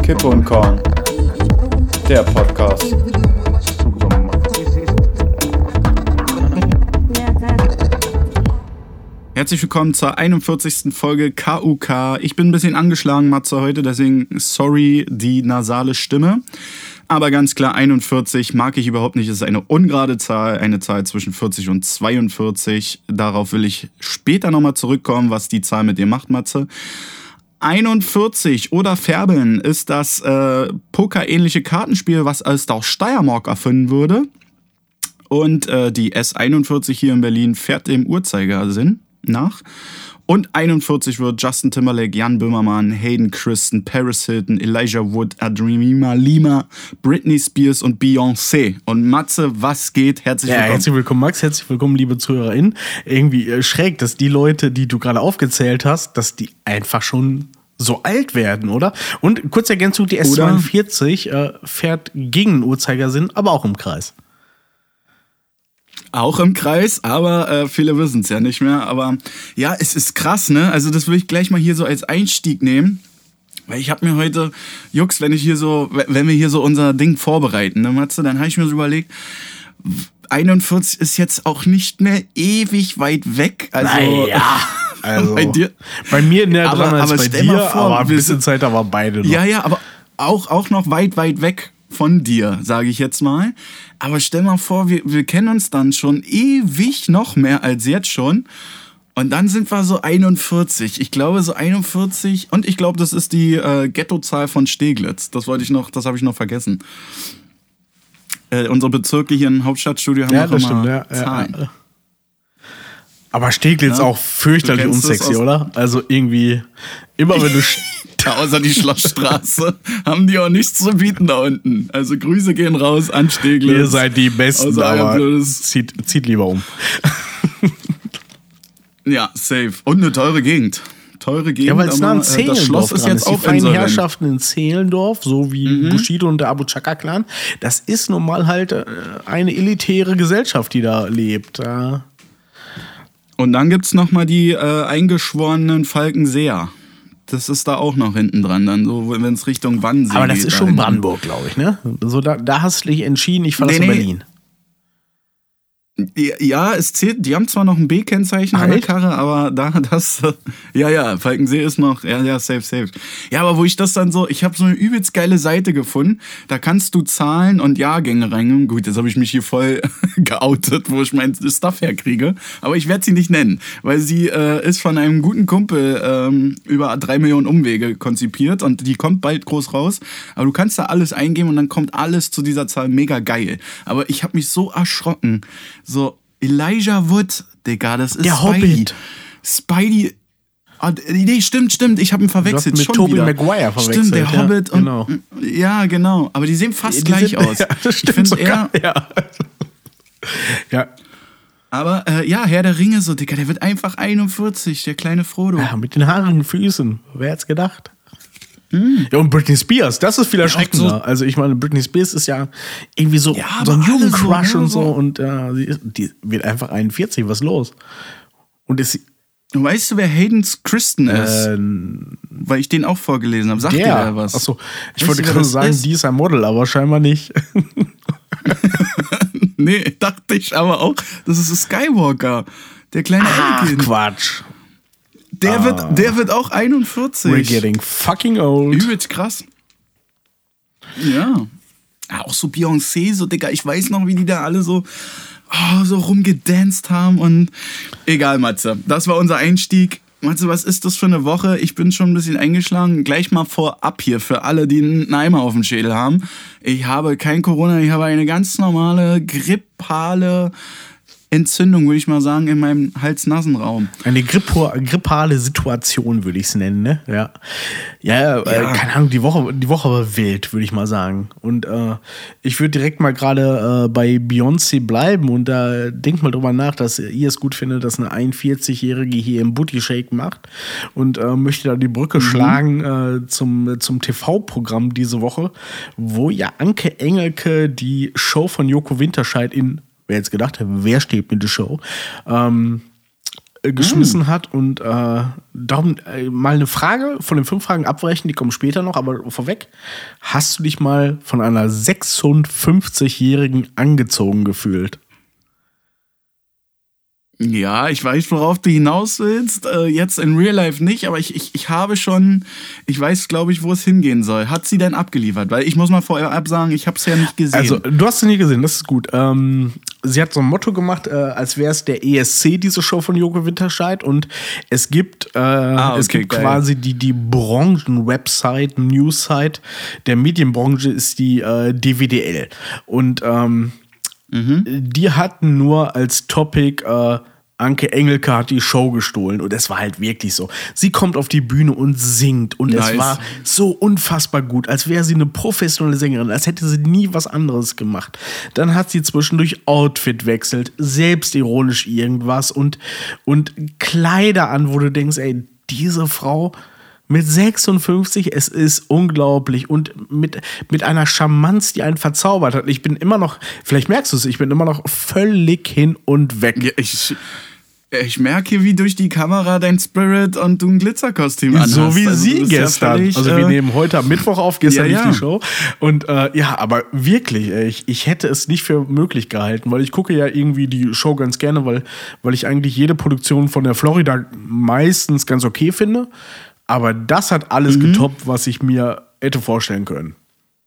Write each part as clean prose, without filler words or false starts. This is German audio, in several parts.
Kippe und Korn, der Podcast. Herzlich willkommen zur 41. Folge KUK. Ich bin ein bisschen angeschlagen, Matze, heute, deswegen sorry, die nasale Stimme. Aber ganz klar, 41 mag ich überhaupt nicht. Es ist eine ungerade Zahl, eine Zahl zwischen 40 und 42. Darauf will ich später nochmal zurückkommen, was die Zahl mit dir macht, Matze. 41 oder Färbeln ist das pokerähnliche Kartenspiel, was als aus Steiermark erfunden wurde. Und die S41 hier in Berlin fährt dem Uhrzeigersinn nach. Und 41 wird Justin Timberlake, Jan Böhmermann, Hayden Christen, Paris Hilton, Elijah Wood, Adriana Lima, Britney Spears und Beyoncé. Und Matze, was geht? Herzlich willkommen. Ja, herzlich willkommen, Max. Herzlich willkommen, liebe ZuhörerInnen. Irgendwie schräg, dass die Leute, die du gerade aufgezählt hast, dass die einfach schon so alt werden, oder? Und kurze Ergänzung, die S42 fährt gegen den Uhrzeigersinn, aber auch im Kreis. Auch im Kreis, aber viele wissen es ja nicht mehr. Aber ja, es ist krass, ne? Also das will ich gleich mal hier so als Einstieg nehmen. Weil ich habe mir heute, Jux, wenn wir hier so unser Ding vorbereiten, ne, Matze, dann habe ich mir so überlegt, 41 ist jetzt auch nicht mehr ewig weit weg. Also, naja, also bei dir. Bei mir näher dran als bei dir, vor, aber ein bisschen Zeit, da waren beide noch. Ja, aber auch noch weit weg von dir, sage ich jetzt mal. Aber stell mal vor, wir kennen uns dann schon ewig noch mehr als jetzt schon. Und dann sind wir so 41. Ich glaube so 41. Und ich glaube, das ist die Ghettozahl von Steglitz. Das habe ich noch vergessen. Unsere Bezirke hier im Hauptstadtstudio haben noch immer Zahlen. Ja. Aber Steglitz auch fürchterlich unsexy, oder? Also irgendwie, immer wenn du... Außer die Schlossstraße haben die auch nichts zu bieten da unten. Also Grüße gehen raus an Steglitz. Ihr seid die Besten, aber zieht lieber um. Ja, safe. Und eine teure Gegend. Ja, weil es nah an Zehlendorf das Schloss ist jetzt auch die feinen Herrschaften in Zehlendorf, so wie Bushido und der Abu Chaka-Clan. Das ist nun mal halt eine elitäre Gesellschaft, die da lebt. Und dann gibt's noch mal die eingeschworenen Falkenseer. Das ist da auch noch hinten dran, dann so, wenn es Richtung Wannsee geht. Aber das ist schon Brandenburg, glaube ich, ne? So, da hast du dich entschieden, ich verlasse Berlin. Ja, es zählt, die haben zwar noch ein B-Kennzeichen an der Karre, aber Falkensee ist noch, ja, safe. Ja, aber wo ich das dann so, ich habe so eine übelst geile Seite gefunden, da kannst du Zahlen und Jahrgänge reingeben. Gut, jetzt habe ich mich hier voll geoutet, wo ich mein Stuff herkriege, aber ich werde sie nicht nennen, weil sie ist von einem guten Kumpel über 3 Millionen Umwege konzipiert und die kommt bald groß raus, aber du kannst da alles eingeben und dann kommt alles zu dieser Zahl, mega geil. Aber ich habe mich so erschrocken. So, Elijah Wood, Digga, das ist der Spidey. Hobbit. Spidey. Nee, stimmt, ich habe ihn verwechselt. Mit Tobey Maguire verwechselt. Stimmt, der Hobbit. Genau. Und, ja, genau. Aber die sehen fast gleich aus. Ja, das stimmt sogar. Ja. Aber Herr der Ringe, so, Digga, der wird einfach 41, der kleine Frodo. Ja, mit den haarigen Füßen. Wer hätte es gedacht? Ja, und Britney Spears, das ist viel erschreckender. So, also ich meine, Britney Spears ist ja irgendwie so ein Jugendcrush so, und so. Und die wird einfach 41, was ist los? Und weißt du, wer Hayden Christen ist? Weil ich den auch vorgelesen habe. Sagt dir da was? Achso, ich wollte gerade sagen, die ist ein Model, aber scheinbar nicht. Nee, dachte ich aber auch. Das ist Skywalker, der kleine Anakin. Quatsch. Der wird auch 41. We're getting fucking old. Übelst krass. Ja. Auch so Beyoncé, so Digga, ich weiß noch, wie die da alle so rumgedanced haben und egal, Matze. Das war unser Einstieg. Matze, was ist das für eine Woche? Ich bin schon ein bisschen eingeschlagen. Gleich mal vorab hier für alle, die einen Eimer auf dem Schädel haben. Ich habe kein Corona, ich habe eine ganz normale, grippale Entzündung, würde ich mal sagen, in meinem Hals-Nasen-Raum. Eine grippale Situation, würde ich es nennen, ne? Ja. Keine Ahnung, die Woche war wild, würde ich mal sagen. Und ich würde direkt mal gerade bei Beyoncé bleiben und da denk mal drüber nach, dass ihr es gut findet, dass eine 41-Jährige hier im Booty Shake macht und möchte da die Brücke schlagen zum TV-Programm diese Woche, wo ja Anke Engelke die Show von Joko Winterscheid wer jetzt gedacht hat, wer steht mit der Show, geschmissen hat. Und darum mal eine Frage von den 5 Fragen abbrechen, die kommen später noch, aber vorweg. Hast du dich mal von einer 56-Jährigen angezogen gefühlt? Ja, ich weiß, worauf du hinaus willst. Jetzt in Real Life nicht, aber ich habe schon, ich weiß, glaube ich, wo es hingehen soll. Hat sie denn abgeliefert? Weil ich muss mal vorab sagen, ich habe es ja nicht gesehen. Also, du hast sie nie gesehen, das ist gut. Sie hat so ein Motto gemacht, als wäre es der ESC, diese Show von Joko Winterscheid. Und es gibt, quasi die Branchen-Website, News-Site der Medienbranche ist die DWDL. Und die hatten nur als Topic Anke Engelke hat die Show gestohlen. Und es war halt wirklich so. Sie kommt auf die Bühne und singt. Und es war so unfassbar gut, als wäre sie eine professionelle Sängerin, als hätte sie nie was anderes gemacht. Dann hat sie zwischendurch Outfit wechselt, selbstironisch irgendwas und Kleider an, wo du denkst, ey, diese Frau mit 56, es ist unglaublich und mit einer Charmanz, die einen verzaubert hat. Ich bin immer noch, vielleicht merkst du es, ich bin immer noch völlig hin und weg. Ja, ich merke, wie durch die Kamera dein Spirit und du ein Glitzerkostüm anhast. So wie sie gestern. Also wir nehmen heute am Mittwoch auf, gestern lief die Show. Und aber wirklich, ich hätte es nicht für möglich gehalten, weil ich gucke ja irgendwie die Show ganz gerne, weil ich eigentlich jede Produktion von der Florida meistens ganz okay finde. Aber das hat alles getoppt, was ich mir hätte vorstellen können.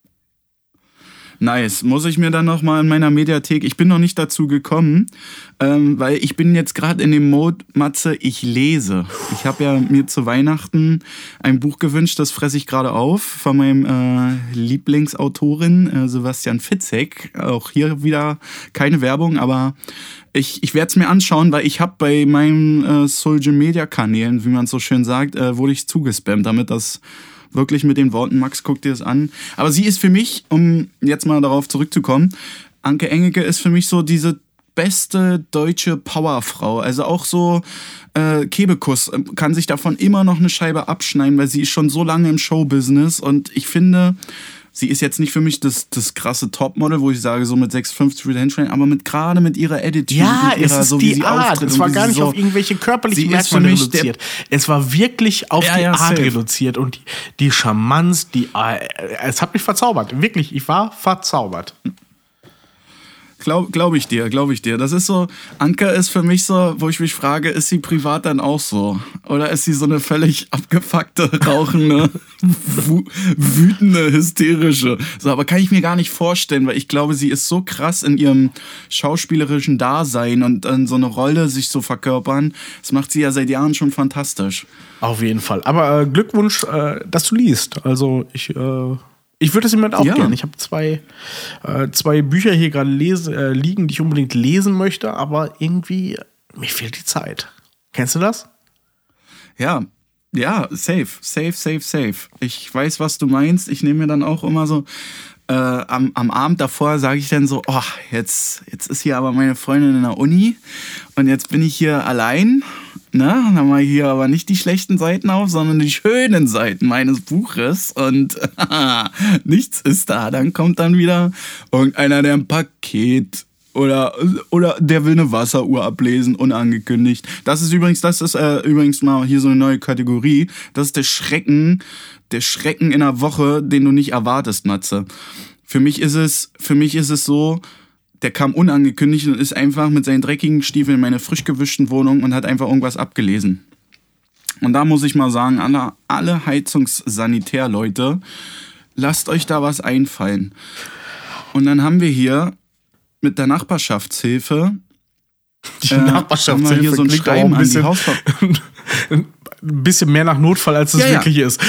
Nice. Muss ich mir dann noch mal in meiner Mediathek, ich bin noch nicht dazu gekommen, weil ich bin jetzt gerade in dem Mode, Matze, ich lese. Ich habe ja mir zu Weihnachten ein Buch gewünscht, das fresse ich gerade auf, von meinem Lieblingsautorin Sebastian Fitzek. Auch hier wieder keine Werbung, aber ich werde es mir anschauen, weil ich habe bei meinen Social-Media-Kanälen, wie man so schön sagt, wurde ich zugespammt, damit das wirklich mit den Worten, Max, guck dir das an. Aber sie ist für mich, um jetzt mal darauf zurückzukommen, Anke Engelke ist für mich so diese beste deutsche Powerfrau. Also auch so Kebekus kann sich davon immer noch eine Scheibe abschneiden, weil sie ist schon so lange im Showbusiness und ich finde, sie ist jetzt nicht für mich das krasse Topmodel, wo ich sage, so mit 56 würde hinstellen, aber gerade mit ihrer Attitude. Ja, mit ihrer, es ist so, die Art. Es war gar nicht auf irgendwelche körperlichen Merkmale reduziert. Es war wirklich auf die Art reduziert. Und die Charmanz, es hat mich verzaubert. Wirklich, ich war verzaubert. Glaube ich dir. Das ist so, Anke ist für mich so, wo ich mich frage, ist sie privat dann auch so? Oder ist sie so eine völlig abgefuckte, rauchende, wütende, hysterische? So, aber kann ich mir gar nicht vorstellen, weil ich glaube, sie ist so krass in ihrem schauspielerischen Dasein und in so eine Rolle sich so verkörpern. Das macht sie ja seit Jahren schon fantastisch. Auf jeden Fall. Aber Glückwunsch, dass du liest. Also ich würde es jemand auch gerne. Ich habe zwei Bücher hier gerade liegen, die ich unbedingt lesen möchte, aber irgendwie, mir fehlt die Zeit. Kennst du das? Ja, safe. Ich weiß, was du meinst. Ich nehme mir dann auch immer so, am Abend davor sage ich dann so, oh, jetzt ist hier aber meine Freundin in der Uni und jetzt bin ich hier allein. Na, dann mache ich hier aber nicht die schlechten Seiten auf, sondern die schönen Seiten meines Buches und nichts ist da. Dann kommt dann wieder irgendeiner, der ein Paket oder der will eine Wasseruhr ablesen, unangekündigt. Das ist übrigens mal hier so eine neue Kategorie. Das ist der Schrecken in der Woche, den du nicht erwartest, Matze. Für mich ist es so, der kam unangekündigt und ist einfach mit seinen dreckigen Stiefeln in meine frisch gewischten Wohnung und hat einfach irgendwas abgelesen. Und da muss ich mal sagen, alle Heizungssanitärleute, lasst euch da was einfallen. Und dann haben wir hier mit der Nachbarschaftshilfe haben wir hier so ein Schreiben an die ein bisschen mehr nach Notfall, als es wirklich ist.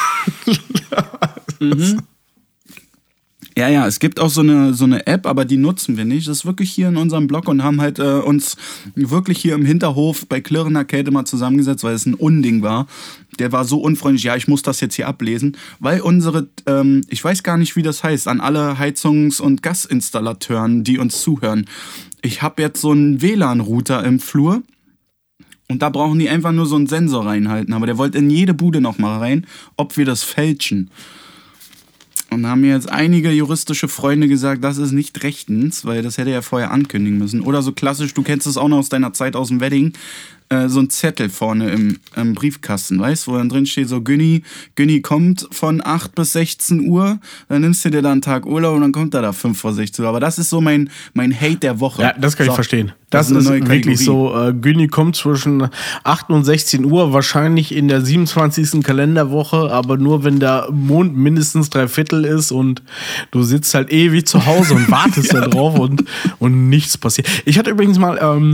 Ja, es gibt auch so eine App, aber die nutzen wir nicht. Das ist wirklich hier in unserem Blog und haben halt uns wirklich hier im Hinterhof bei klirrender Kälte mal zusammengesetzt, weil es ein Unding war. Der war so unfreundlich, ja, ich muss das jetzt hier ablesen, weil unsere, ich weiß gar nicht, wie das heißt, an alle Heizungs- und Gasinstallateuren, die uns zuhören. Ich habe jetzt so einen WLAN-Router im Flur und da brauchen die einfach nur so einen Sensor reinhalten, aber der wollte in jede Bude noch mal rein, ob wir das fälschen. Und haben mir jetzt einige juristische Freunde gesagt, das ist nicht rechtens, weil das hätte er vorher ankündigen müssen. Oder so klassisch, du kennst es auch noch aus deiner Zeit aus dem Wedding, so ein Zettel vorne im Briefkasten, weißt du, wo dann drin steht so, Günni kommt von 8 bis 16 Uhr, dann nimmst du dir da einen Tag Urlaub und dann kommt er da 5 vor 16 Uhr. Aber das ist so mein Hate der Woche. Ja, das kann ich verstehen. Das ist wirklich so, Günni kommt zwischen 8 und 16 Uhr, wahrscheinlich in der 27. Kalenderwoche, aber nur wenn der Mond mindestens 3/4 ist und du sitzt halt ewig zu Hause und wartest da drauf und nichts passiert. Ich hatte übrigens mal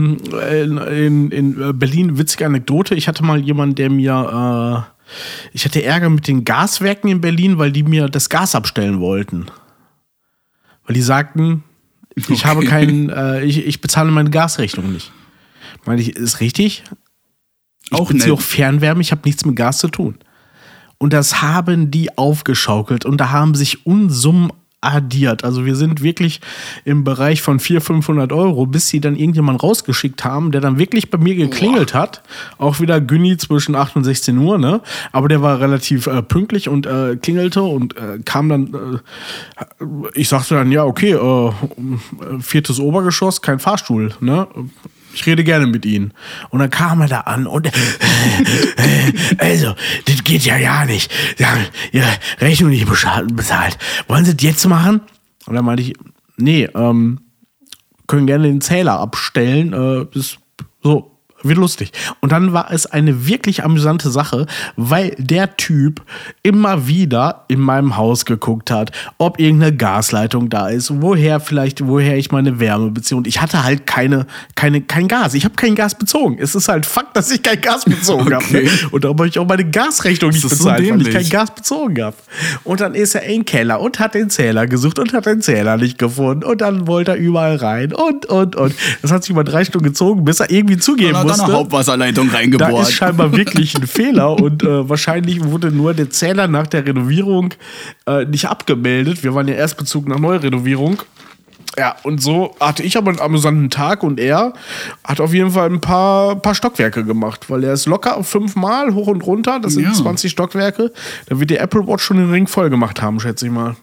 in Berlin, witzige Anekdote, ich hatte mal jemanden, der mir, ich hatte Ärger mit den Gaswerken in Berlin, weil die mir das Gas abstellen wollten. Weil die sagten, ich habe ich bezahle meine Gasrechnung nicht. Meine ich, ist richtig? Ich beziehe auch Fernwärme, ich habe nichts mit Gas zu tun. Und das haben die aufgeschaukelt und da haben sich Unsummen addiert. Also wir sind wirklich im Bereich von 400-500 Euro, bis sie dann irgendjemanden rausgeschickt haben, der dann wirklich bei mir geklingelt hat. Auch wieder Günni zwischen 8 und 16 Uhr, ne? Aber der war relativ pünktlich und klingelte und kam dann, ich sagte dann, ja, okay, 4. Obergeschoss, kein Fahrstuhl, ne? Ich rede gerne mit Ihnen. Und dann kam er da an und also, das geht ja gar nicht. Sie haben Ihre Rechnung nicht bezahlt. Wollen Sie das jetzt machen? Und dann meinte ich, nee, können gerne den Zähler abstellen. Ist so, wird lustig. Und dann war es eine wirklich amüsante Sache, weil der Typ immer wieder in meinem Haus geguckt hat, ob irgendeine Gasleitung da ist, woher ich meine Wärme beziehe. Und ich hatte halt kein Gas. Ich habe kein Gas bezogen. Es ist halt Fakt, dass ich kein Gas bezogen habe. Ne? Und darum habe ich auch meine Gasrechnung nicht bezahlt, weil ich kein Gas bezogen habe. Und dann ist er in den Keller und hat den Zähler gesucht und hat den Zähler nicht gefunden. Und dann wollte er überall rein und. Das hat sich über 3 Stunden gezogen, bis er irgendwie zugeben musste. Eine Hauptwasserleitung reingebohrt. Da ist scheinbar wirklich ein Fehler und wahrscheinlich wurde nur der Zähler nach der Renovierung nicht abgemeldet. Wir waren ja Erstbezug nach Neurenovierung. Ja, und so hatte ich aber einen amüsanten Tag und er hat auf jeden Fall ein paar Stockwerke gemacht, weil er ist locker 5-mal hoch und runter, das sind 20 Stockwerke. Da wird die Apple Watch schon den Ring voll gemacht haben, schätze ich mal.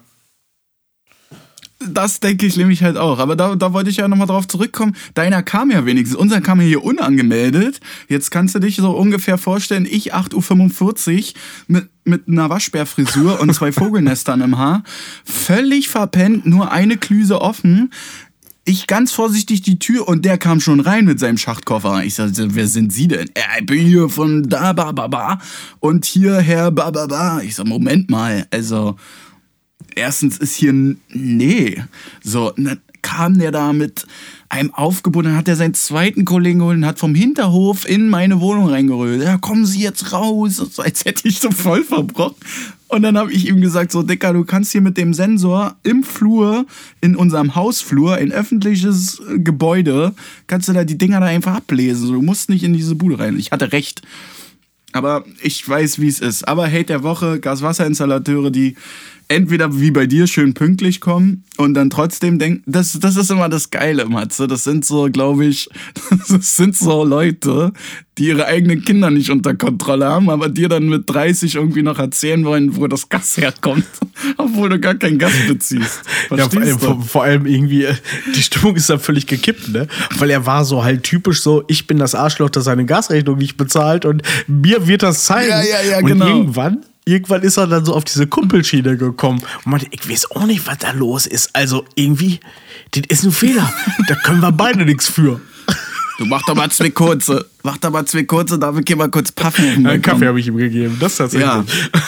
Das denke ich nämlich halt auch. Aber da wollte ich ja nochmal drauf zurückkommen. Deiner kam ja wenigstens. Unser kam ja hier unangemeldet. Jetzt kannst du dich so ungefähr vorstellen, ich 8:45 Uhr mit einer Waschbärfrisur und 2 Vogelnestern im Haar. Völlig verpennt, nur eine Klüse offen. Ich ganz vorsichtig die Tür und der kam schon rein mit seinem Schachtkoffer. Ich sagte, wer sind Sie denn? Ich bin hier von da, ba, und hierher, ba. Ich sag, Moment mal, also... Erstens ist hier, nee. So, dann kam der da mit einem Aufgebot, dann hat er seinen zweiten Kollegen geholt und hat vom Hinterhof in meine Wohnung reingerührt. Ja, kommen Sie jetzt raus, als hätte ich so voll verbrochen. Und dann habe ich ihm gesagt, so Dicker, du kannst hier mit dem Sensor im Flur, in unserem Hausflur, ein öffentliches Gebäude, kannst du da die Dinger da einfach ablesen. Du musst nicht in diese Bude rein. Ich hatte recht. Aber ich weiß, wie es ist. Aber Hate der Woche, Gaswasserinstallateure, die entweder wie bei dir schön pünktlich kommen und dann trotzdem denken, das ist immer das Geile, Matze. Das sind so, glaube ich, das sind so Leute, die ihre eigenen Kinder nicht unter Kontrolle haben, aber dir dann mit 30 irgendwie noch erzählen wollen, wo das Gas herkommt, obwohl du gar kein Gas beziehst. Ja, vor allem irgendwie, die Stimmung ist da völlig gekippt, ne? Weil er war so halt typisch so, ich bin das Arschloch, das seine Gasrechnung nicht bezahlt und mir wird das zeigen. Ja, und genau. Irgendwann ist er dann so auf diese Kumpelschiene gekommen und meinte, ich weiß auch nicht, was da los ist. Also irgendwie, das ist ein Fehler. Da können wir beide nichts für. Du mach doch mal 2 kurze. Darf ich hier mal kurz paffen? Einen Kaffee habe ich ihm gegeben, das tatsächlich. Ja.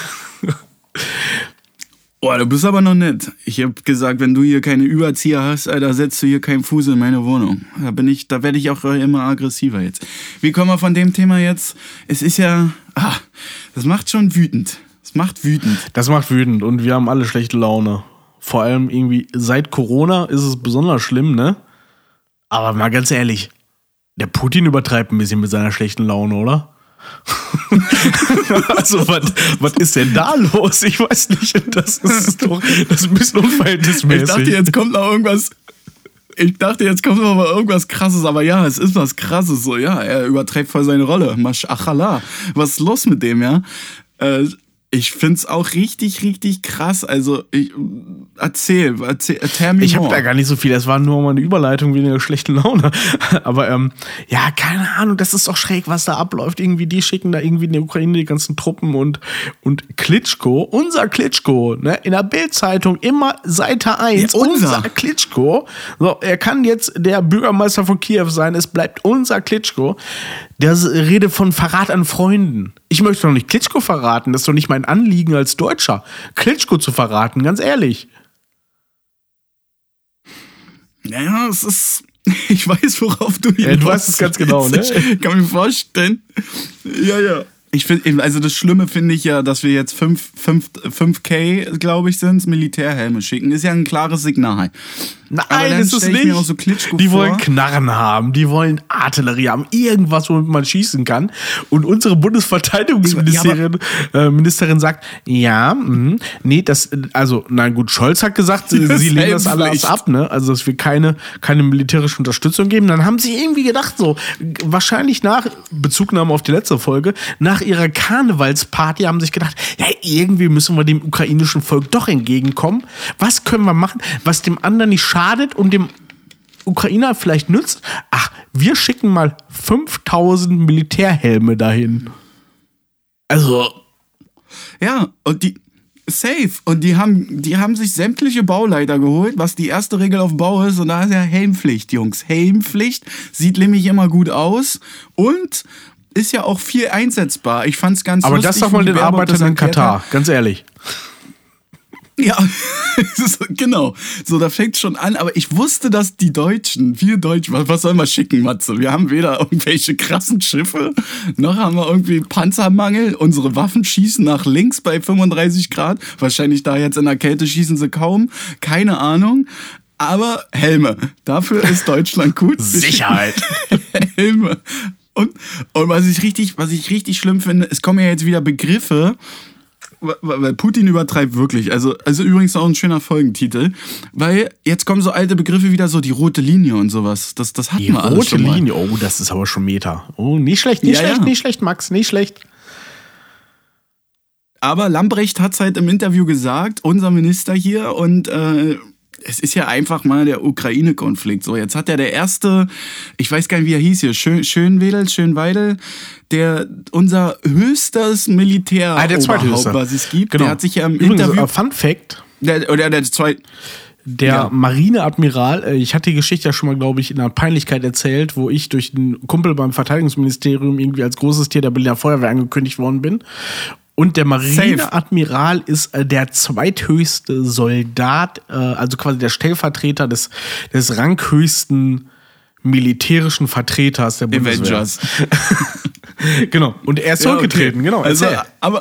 Boah, du bist aber noch nett. Ich habe gesagt, wenn du hier keine Überzieher hast, Alter, setzt du hier keinen Fuß in meine Wohnung. Da werde ich auch immer aggressiver jetzt. Wie kommen wir von dem Thema jetzt? Es ist ja, das macht schon wütend. Das macht wütend und wir haben alle schlechte Laune. Vor allem irgendwie seit Corona ist es besonders schlimm, ne? Aber mal ganz ehrlich, der Putin übertreibt ein bisschen mit seiner schlechten Laune, oder? Also, was ist denn da los? Ich weiß nicht, das ist ein bisschen unverhältnismäßig. Ich dachte, jetzt kommt noch mal irgendwas Krasses, aber ja, es ist was Krasses, so, ja, er überträgt voll seine Rolle. Maschallah. Was ist los mit dem, ja? Ich find's auch richtig, richtig krass. Also, erzähl me Ich habe more. da gar nicht so viel. Das war nur mal eine Überleitung wie eine schlechte Laune. Aber ja, keine Ahnung, das ist doch schräg, was da abläuft. Irgendwie, die schicken da irgendwie in die Ukraine die ganzen Truppen und Klitschko, unser Klitschko, ne, in der Bild-Zeitung immer Seite 1, Ja, unser Klitschko. So, er kann jetzt der Bürgermeister von Kiew sein, es bleibt unser Klitschko. Der redet von Verrat an Freunden. Ich möchte doch nicht Klitschko verraten, das ist doch nicht mein Anliegen als Deutscher, Klitschko zu verraten, ganz ehrlich. Naja, es ist. Ich weiß, worauf du hinaus Du weißt es ganz genau, ne? Ich kann mir vorstellen. Ja. Ich finde, also das Schlimme finde ich ja, dass wir jetzt 5K, glaube ich, sind, Militärhelme schicken. Ist ja ein klares Signal. Nein, ist es nicht. Mir auch so Klitschko die vor. wollen Knarren haben, die wollen Artillerie haben, irgendwas, womit man schießen kann. Und unsere Bundesverteidigungsministerin sagt, nee, nein, gut, Scholz hat gesagt, sie lehnen das alles ab, ne? Also, dass wir keine militärische Unterstützung geben. Dann haben sie irgendwie gedacht, so, wahrscheinlich nach, Bezugnahme auf die letzte Folge, nach ihrer Karnevalsparty haben sich gedacht, ja, irgendwie müssen wir dem ukrainischen Volk doch entgegenkommen. Was können wir machen, was dem anderen nicht schadet und dem Ukrainer vielleicht nützt? Ach, wir schicken mal 5000 Militärhelme dahin. Also. Ja, und die. Safe. Und die haben sich sämtliche Bauleiter geholt, was die erste Regel auf Bau ist. Und da ist ja Helmpflicht, Jungs. Helmpflicht sieht nämlich immer gut aus und ist ja auch viel einsetzbar. Ich fand's ganz aber lustig. Aber das doch mal den Arbeitern in Katar, ganz ehrlich. Ja, genau. So, da fängt's schon an. Aber ich wusste, dass wir Deutschen, was sollen wir schicken, Matze? Wir haben weder irgendwelche krassen Schiffe, noch haben wir irgendwie Panzermangel. Unsere Waffen schießen nach links bei 35 Grad. Wahrscheinlich da jetzt in der Kälte schießen sie kaum. Keine Ahnung. Aber Helme. Dafür ist Deutschland gut. Sicherheit. Helme. Und was ich richtig schlimm finde, es kommen ja jetzt wieder Begriffe, weil Putin übertreibt wirklich. Also übrigens auch ein schöner Folgentitel, weil jetzt kommen so alte Begriffe wieder, so die rote Linie und sowas. Das hatten wir alles schon mal. Die rote Linie, oh, das ist aber schon Meta. Oh, nicht schlecht, nicht schlecht, Max, nicht schlecht. Aber Lambrecht hat's halt im Interview gesagt, unser Minister hier, und es ist ja einfach mal der Ukraine-Konflikt. So, jetzt hat ja der erste, ich weiß gar nicht, wie er hieß hier, Schönweidel, der unser höchstes Militär der zweithöchste, was es gibt. Genau. Der hat sich ja im Übrigens, Interview... Fun Fact. Der Marineadmiral, ich hatte die Geschichte ja schon mal, glaube ich, in einer Peinlichkeit erzählt, wo ich durch einen Kumpel beim Verteidigungsministerium irgendwie als großes Tier der Berliner Feuerwehr angekündigt worden bin. Und der Marineadmiral ist der zweithöchste Soldat, also quasi der Stellvertreter des ranghöchsten militärischen Vertreters der Bundeswehr. Avengers. Genau. Und er ist zurückgetreten, genau. Also, aber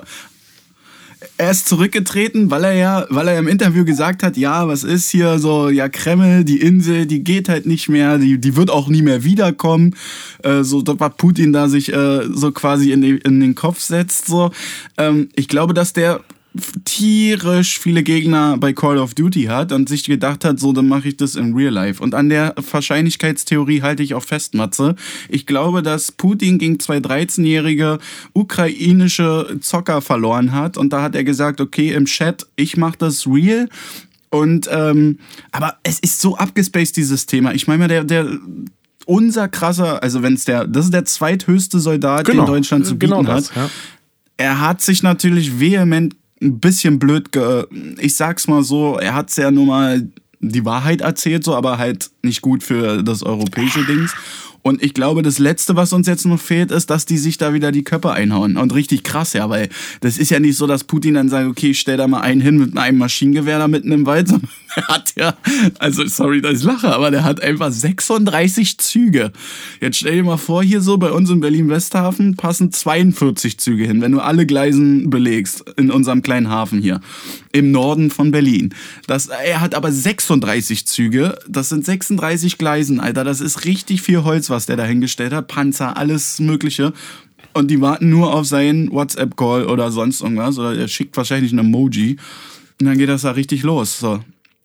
er ist zurückgetreten, weil er im Interview gesagt hat, ja, was ist hier so, ja, Kreml, die Insel, die geht halt nicht mehr, die wird auch nie mehr wiederkommen. So, was Putin da sich so quasi in den Kopf setzt. So. Ich glaube, dass der tierisch viele Gegner bei Call of Duty hat und sich gedacht hat, so, dann mache ich das in Real Life. Und an der Wahrscheinlichkeitstheorie halte ich auch fest, Matze. Ich glaube, dass Putin gegen 2 13-jährige ukrainische Zocker verloren hat, und da hat er gesagt, okay, im Chat, ich mache das real. Und aber es ist so abgespaced, dieses Thema. Ich meine mal, unser krasser, also das ist der zweithöchste Soldat, den Deutschland zu bieten hat. Ja. Er hat sich natürlich vehement ein bisschen blöd, ich sag's mal so, er hat's ja nur mal die Wahrheit erzählt, so, aber halt nicht gut für das europäische Dings. Und ich glaube, das Letzte, was uns jetzt noch fehlt, ist, dass die sich da wieder die Köpfe einhauen. Und richtig krass, ja, weil das ist ja nicht so, dass Putin dann sagt, okay, ich stell da mal einen hin mit einem Maschinengewehr da mitten im Wald, sondern er hat ja, also sorry, dass ich lache, aber der hat einfach 36 Züge. Jetzt stell dir mal vor, hier so bei uns in Berlin-Westhafen passen 42 Züge hin, wenn du alle Gleisen belegst in unserem kleinen Hafen hier im Norden von Berlin. Er hat aber 36 Züge, das sind 36 Gleisen, Alter, das ist richtig viel Holz, was der da hingestellt hat, Panzer, alles Mögliche. Und die warten nur auf seinen WhatsApp-Call oder sonst irgendwas. Oder er schickt wahrscheinlich ein Emoji. Und dann geht das da richtig los. So.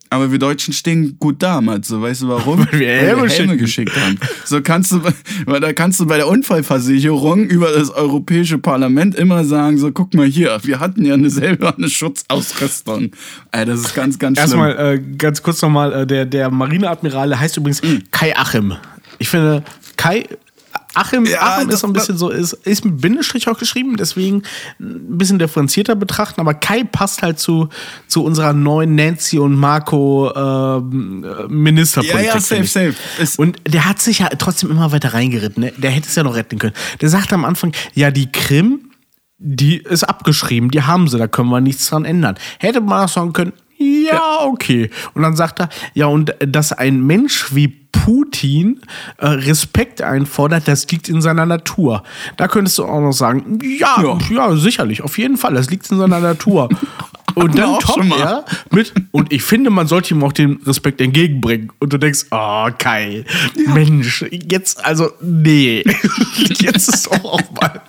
Aber wir Deutschen stehen gut da, Matze. Weißt du warum? Weil wir Helme geschickt haben. So kannst du bei der Unfallversicherung über das Europäische Parlament immer sagen, so guck mal hier, wir hatten ja eine Schutzausrüstung. Das ist ganz, ganz schlimm. Erstmal ganz kurz nochmal, der Marineadmiral, der heißt übrigens Kai Achim. Ich finde, Achim ist so ein bisschen so, ist mit Bindestrich auch geschrieben, deswegen ein bisschen differenzierter betrachten, aber Kai passt halt zu unserer neuen Nancy und Marco Ministerpolitik. Ja, safe. Und der hat sich ja trotzdem immer weiter reingeritten, ne? Der hätte es ja noch retten können. Der sagte am Anfang, ja, die Krim, die ist abgeschrieben, die haben sie, da können wir nichts dran ändern. Hätte man auch sagen können, ja, okay. Und dann sagt er, ja, und dass ein Mensch wie Putin Respekt einfordert, das liegt in seiner Natur. Da könntest du auch noch sagen, ja, sicherlich, auf jeden Fall, das liegt in seiner Natur. Und dann toppt er mit, und ich finde, man sollte ihm auch den Respekt entgegenbringen. Und du denkst, oh, Kai, Mensch, jetzt, also, nee, jetzt ist auch mal...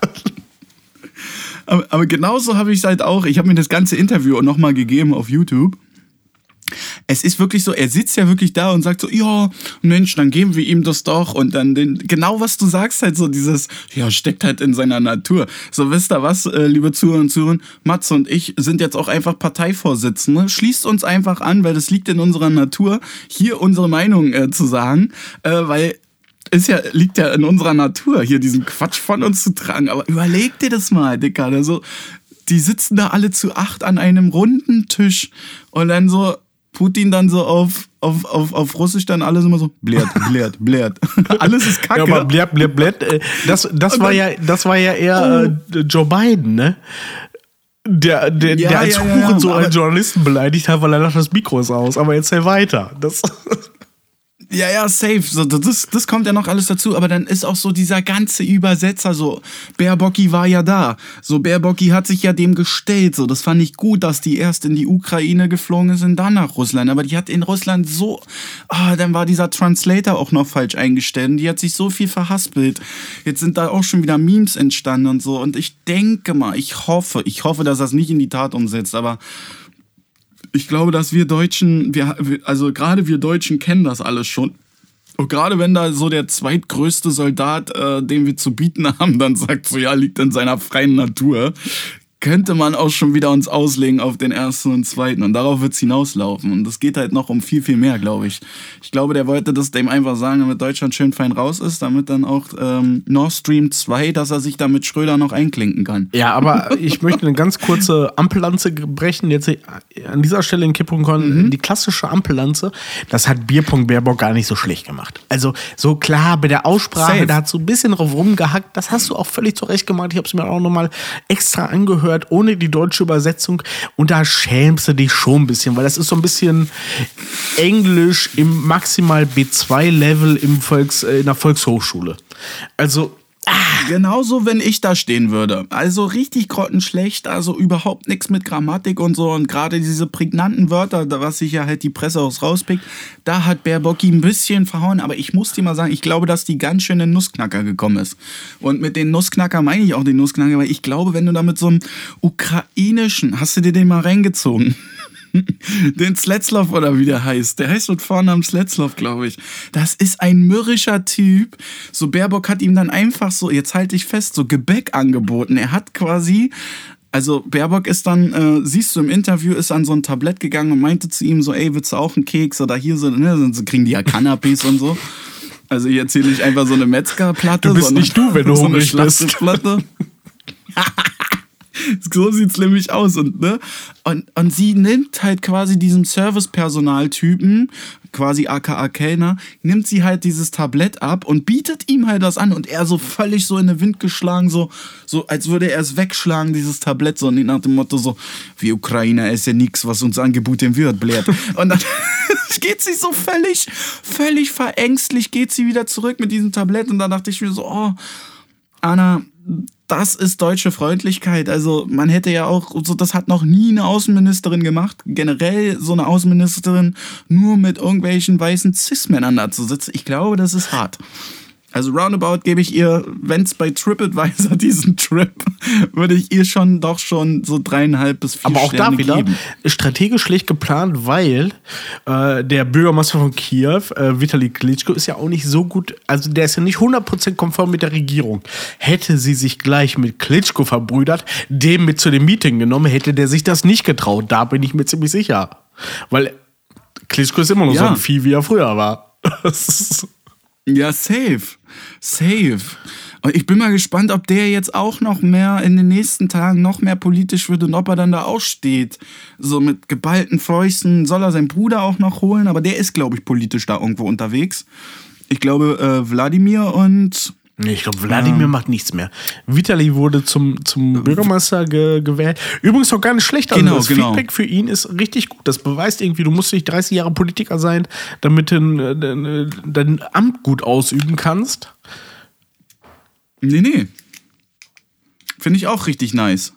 Aber genauso habe ich es halt auch. Ich habe mir das ganze Interview nochmal gegeben auf YouTube. Es ist wirklich so, er sitzt ja wirklich da und sagt so, ja, Mensch, dann geben wir ihm das doch. Und dann genau was du sagst, halt so dieses, ja, steckt halt in seiner Natur. So, wisst ihr was, liebe Zuhörer und Zuhörer, Matze und ich sind jetzt auch einfach Parteivorsitzende. Schließt uns einfach an, weil das liegt in unserer Natur, hier unsere Meinung zu sagen, weil... liegt ja in unserer Natur, hier diesen Quatsch von uns zu tragen. Aber überleg dir das mal, Dicker. Also, die sitzen da alle zu 8 an einem runden Tisch und dann so Putin dann so auf Russisch dann alles immer so blärt. Alles ist Kacke. Ja, aber blärt. Das war ja eher Joe Biden, ne? Der als Hurensohn einen Journalisten beleidigt hat, weil er dachte, das Mikro ist aus. Aber erzähl weiter. Ja, safe. So, das kommt ja noch alles dazu. Aber dann ist auch so dieser ganze Übersetzer so. Baerbocki war ja da. So, Baerbocki hat sich ja dem gestellt. So, das fand ich gut, dass die erst in die Ukraine geflogen ist und dann nach Russland. Aber die hat in Russland so... dann war dieser Translator auch noch falsch eingestellt. Und die hat sich so viel verhaspelt. Jetzt sind da auch schon wieder Memes entstanden und so. Und ich denke mal, ich hoffe, dass das nicht in die Tat umsetzt. Aber... ich glaube, dass wir Deutschen, also gerade wir Deutschen kennen das alles schon. Und gerade wenn da so der zweitgrößte Soldat, den wir zu bieten haben, dann sagt so, ja, liegt in seiner freien Natur, könnte man auch schon wieder uns auslegen auf den ersten und zweiten. Und darauf wird es hinauslaufen. Und es geht halt noch um viel, viel mehr, glaube ich. Ich glaube, der wollte das dem einfach sagen, damit Deutschland schön fein raus ist, damit dann auch Nord Stream 2, dass er sich da mit Schröder noch einklinken kann. Ja, aber ich möchte eine ganz kurze Ampellanze brechen. Jetzt an dieser Stelle in Kippung die klassische Ampellanze, das hat Bierpunkt Baerbock gar nicht so schlecht gemacht. Also so klar, bei der Aussprache, Safe. Da hat so ein bisschen drauf rumgehackt. Das hast du auch völlig zurecht gemacht. Ich habe es mir auch nochmal extra angehört, ohne die deutsche Übersetzung, und da schämst du dich schon ein bisschen, weil das ist so ein bisschen Englisch im maximal B2-Level in der Volkshochschule. Also genauso, wenn ich da stehen würde. Also richtig grottenschlecht, also überhaupt nichts mit Grammatik und so. Und gerade diese prägnanten Wörter, was sich ja halt die Presse auch rauspickt, da hat Baerbocki ein bisschen verhauen. Aber ich muss dir mal sagen, ich glaube, dass die ganz schön in Nussknacker gekommen ist. Und mit den Nussknacker meine ich auch den Nussknacker, weil ich glaube, wenn du da mit so einem ukrainischen, hast du dir den mal reingezogen? Den Sletzlov oder wie der heißt mit Vornamen Sletzlov, glaube ich. Das ist ein mürrischer Typ. So, Baerbock hat ihm dann einfach so, jetzt halte ich fest, so Gebäck angeboten. Er hat quasi, also Baerbock ist dann, siehst du im Interview, ist an so ein Tablett gegangen und meinte zu ihm so, ey, willst du auch einen Keks oder hier so, ne, so kriegen die ja Canapés und so. Also ich erzähle nicht einfach so eine Metzgerplatte. Du bist nicht du, wenn du so hungrig bist. So sieht's nämlich aus. Und sie nimmt halt quasi diesem Servicepersonaltypen, quasi aka Kellner, nimmt sie halt dieses Tablett ab und bietet ihm halt das an. Und er so völlig so in den Wind geschlagen, so als würde er es wegschlagen, dieses Tablett. So nach dem Motto so, wir Ukrainer essen ja nichts, was uns angeboten wird, blärt. Und dann geht sie so völlig verängstlich, geht sie wieder zurück mit diesem Tablett. Und dann dachte ich mir so, oh, Anna, das ist deutsche Freundlichkeit. Also man hätte ja auch, so, das hat noch nie eine Außenministerin gemacht. Generell so eine Außenministerin nur mit irgendwelchen weißen Cis-Männern da zu sitzen. Ich glaube, das ist hart. Also roundabout gebe ich ihr, wenn es bei TripAdvisor diesen Trip, würde ich ihr doch schon so 3,5 bis 4 Aber auch Sterne da wieder geben. strategisch schlecht geplant, weil der Bürgermeister von Kiew, Vitali Klitschko, ist ja auch nicht so gut, also der ist ja nicht 100% konform mit der Regierung. Hätte sie sich gleich mit Klitschko verbrüdert, dem mit zu dem Meeting genommen, hätte der sich das nicht getraut. Da bin ich mir ziemlich sicher. Weil Klitschko ist immer noch so ein Vieh, wie er früher war. Ja, safe. Und ich bin mal gespannt, ob der jetzt auch noch mehr in den nächsten Tagen noch mehr politisch wird und ob er dann da aussteht. So mit geballten Fäusten soll er seinen Bruder auch noch holen, aber der ist, glaube ich, politisch da irgendwo unterwegs. Ich glaube, Wladimir und... Nee, ich glaube, Wladimir macht nichts mehr. Vitali wurde zum Bürgermeister gewählt. Übrigens auch gar nicht schlecht. Also das Feedback für ihn ist richtig gut. Das beweist irgendwie, du musst nicht 30 Jahre Politiker sein, damit du dein Amt gut ausüben kannst. Nee. Finde ich auch richtig nice.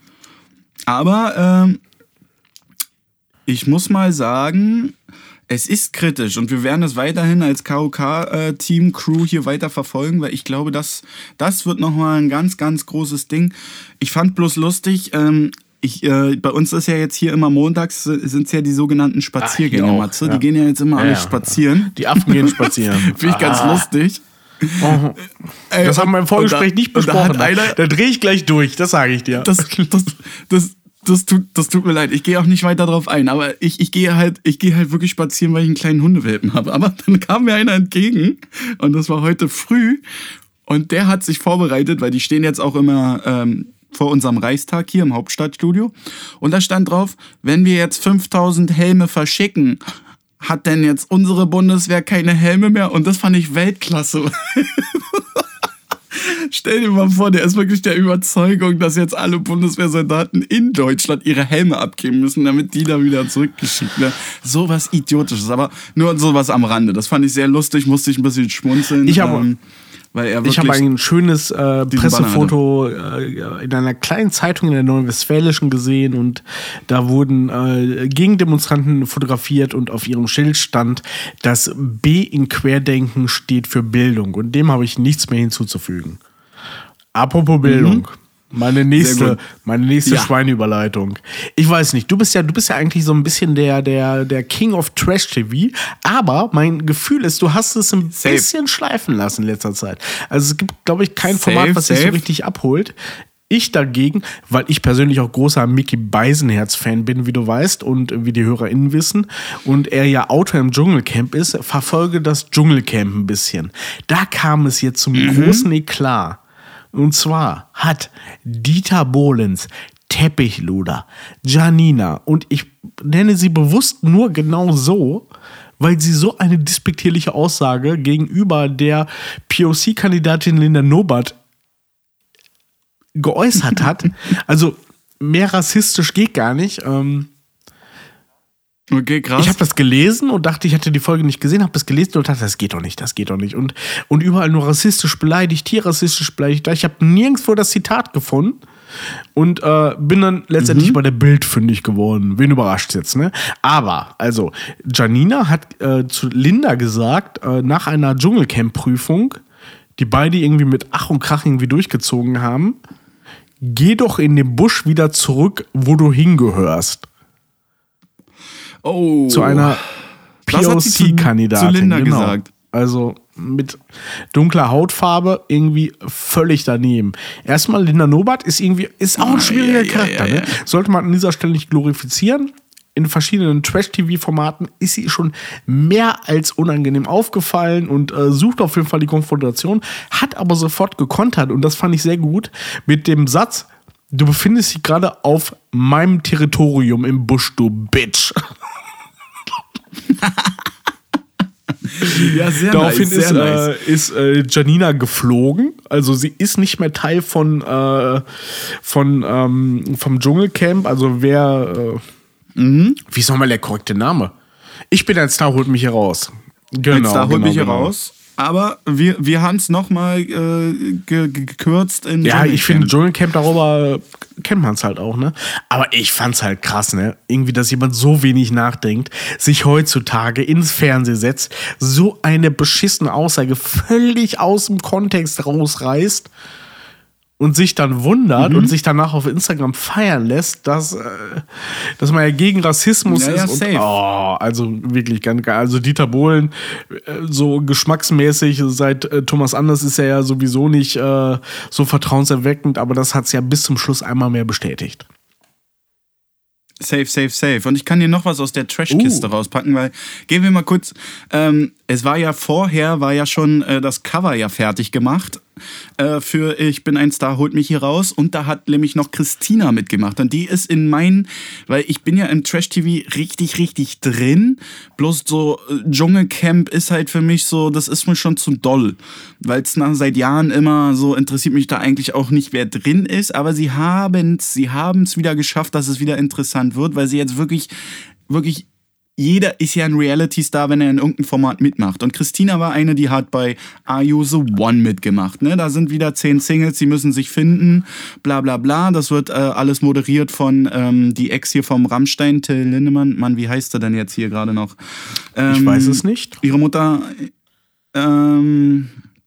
Aber ich muss mal sagen, es ist kritisch und wir werden es weiterhin als KOK-Team-Crew hier weiter verfolgen, weil ich glaube, das wird nochmal ein ganz, ganz großes Ding. Ich fand bloß lustig, bei uns ist ja jetzt hier immer montags, sind es ja die sogenannten Spaziergänger, Matze. Die gehen ja jetzt immer alle spazieren. Die Affen gehen spazieren. Finde ich ganz lustig. Oh. Das haben wir im Vorgespräch nicht besprochen. Da drehe ich gleich durch, das sage ich dir. Das tut mir leid, ich gehe auch nicht weiter drauf ein, aber ich gehe halt wirklich spazieren, weil ich einen kleinen Hundewelpen habe. Aber dann kam mir einer entgegen und das war heute früh und der hat sich vorbereitet, weil die stehen jetzt auch immer vor unserem Reichstag hier im Hauptstadtstudio und da stand drauf, wenn wir jetzt 5000 Helme verschicken, hat denn jetzt unsere Bundeswehr keine Helme mehr? Und das fand ich Weltklasse. Stell dir mal vor, der ist wirklich der Überzeugung, dass jetzt alle Bundeswehrsoldaten in Deutschland ihre Helme abgeben müssen, damit die da wieder zurückgeschickt werden. Sowas Idiotisches, aber nur sowas am Rande. Das fand ich sehr lustig, musste ich ein bisschen schmunzeln. Ich habe ein schönes Pressefoto in einer kleinen Zeitung in der Neuen Westfälischen gesehen und da wurden Gegendemonstranten fotografiert und auf ihrem Schild stand, das B in Querdenken steht für Bildung und dem habe ich nichts mehr hinzuzufügen. Apropos Bildung. Meine nächste Schweineüberleitung. Ich weiß nicht, du bist ja eigentlich so ein bisschen der King of Trash TV, aber mein Gefühl ist, du hast es ein bisschen schleifen lassen in letzter Zeit. Also es gibt, glaube ich, kein Format, was dich so richtig abholt. Ich dagegen, weil ich persönlich auch großer Mickey Beisenherz-Fan bin, wie du weißt und wie die HörerInnen wissen und er ja Autor im Dschungelcamp ist, verfolge das Dschungelcamp ein bisschen. Da kam es jetzt zum großen Eklat. Und zwar hat Dieter Bohlens, Teppichluder, Janina und ich nenne sie bewusst nur genau so, weil sie so eine despektierliche Aussage gegenüber der POC-Kandidatin Linda Norbert geäußert hat. Also mehr rassistisch geht gar nicht. Okay, krass. Ich habe das gelesen und dachte, ich hätte die Folge nicht gesehen, habe das gelesen und dachte, das geht doch nicht. Und überall nur rassistisch beleidigt, hier rassistisch beleidigt. Ich habe nirgendwo das Zitat gefunden und bin dann letztendlich bei der Bild fündig geworden. Wen überrascht's jetzt, ne? Aber, also, Janina hat zu Linda gesagt, nach einer Dschungelcamp-Prüfung, die beide irgendwie mit Ach und Krach irgendwie durchgezogen haben, geh doch in den Busch wieder zurück, wo du hingehörst. Oh. Zu einer POC-Kandidatin. Zu Linda gesagt. Also mit dunkler Hautfarbe irgendwie völlig daneben. Erstmal, Linda Norbert ist auch ein schwieriger Charakter. Ne? Sollte man an dieser Stelle nicht glorifizieren. In verschiedenen Trash-TV-Formaten ist sie schon mehr als unangenehm aufgefallen und sucht auf jeden Fall die Konfrontation, hat aber sofort gekontert und das fand ich sehr gut mit dem Satz, du befindest dich gerade auf meinem Territorium im Busch, du Bitch. Ja, sehr Daraufhin nice, ist Janina geflogen. Also sie ist nicht mehr Teil vom Dschungelcamp. Also wie ist nochmal der korrekte Name? Ich bin ein Star, holt mich hier raus. Genau, ein Star holt mich hier raus. Aber wir haben es nochmal gekürzt in Ja, ich finde Dschungelcamp, darüber kennt man es halt auch, ne? Aber ich fand's halt krass, ne? Irgendwie, dass jemand so wenig nachdenkt, sich heutzutage ins Fernsehen setzt, so eine beschissene Aussage völlig aus dem Kontext rausreißt und sich dann wundert und sich danach auf Instagram feiern lässt, dass man ja gegen Rassismus ist. Und, also wirklich ganz geil. Also Dieter Bohlen, so geschmacksmäßig, seit Thomas Anders ist er ja sowieso nicht so vertrauenserweckend, aber das hat es ja bis zum Schluss einmal mehr bestätigt. Safe. Und ich kann dir noch was aus der Trashkiste rauspacken, weil, gehen wir mal kurz, es war ja vorher, schon das Cover ja fertig gemacht für Ich bin ein Star, holt mich hier raus. Und da hat nämlich noch Christina mitgemacht. Und die ist weil ich bin ja im Trash-TV richtig, richtig drin. Bloß so Dschungelcamp ist halt für mich so, das ist mir schon zu doll. Weil es seit Jahren immer so interessiert mich da eigentlich auch nicht, wer drin ist. Aber sie haben es wieder geschafft, dass es wieder interessant wird, weil sie jetzt wirklich jeder ist ja ein Reality-Star, wenn er in irgendeinem Format mitmacht. Und Christina war eine, die hat bei Are You The One mitgemacht. Ne? Da sind wieder 10 Singles, die müssen sich finden, bla bla bla. Das wird alles moderiert von die Ex hier vom Rammstein, Till Lindemann. Mann, wie heißt er denn jetzt hier gerade noch? Ich weiß es nicht. Ihre Mutter, wie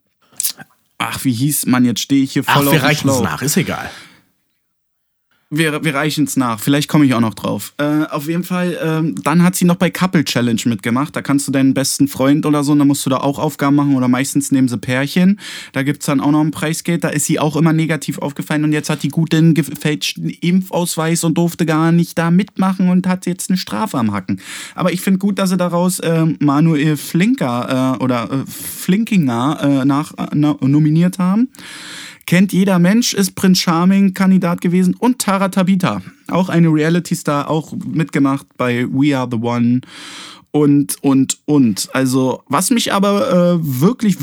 hieß man, jetzt stehe ich hier voll auf dem Schlauch. Wir reichen es nach, ist egal. Wir reichen es nach. Vielleicht komme ich auch noch drauf. Auf jeden Fall, dann hat sie noch bei Couple Challenge mitgemacht. Da kannst du deinen besten Freund oder so, und dann musst du da auch Aufgaben machen. Oder meistens nehmen sie Pärchen. Da gibt es dann auch noch ein Preisgeld. Da ist sie auch immer negativ aufgefallen. Und jetzt hat die gut den gefälschten Impfausweis und durfte gar nicht da mitmachen und hat jetzt eine Strafe am Hacken. Aber ich finde gut, dass sie daraus Manuel Flinkinger nominiert haben. Kennt jeder Mensch, ist Prince Charming Kandidat gewesen, und Tara Tabita, auch eine Reality-Star, auch mitgemacht bei We Are The One und. Also, was mich aber wirklich,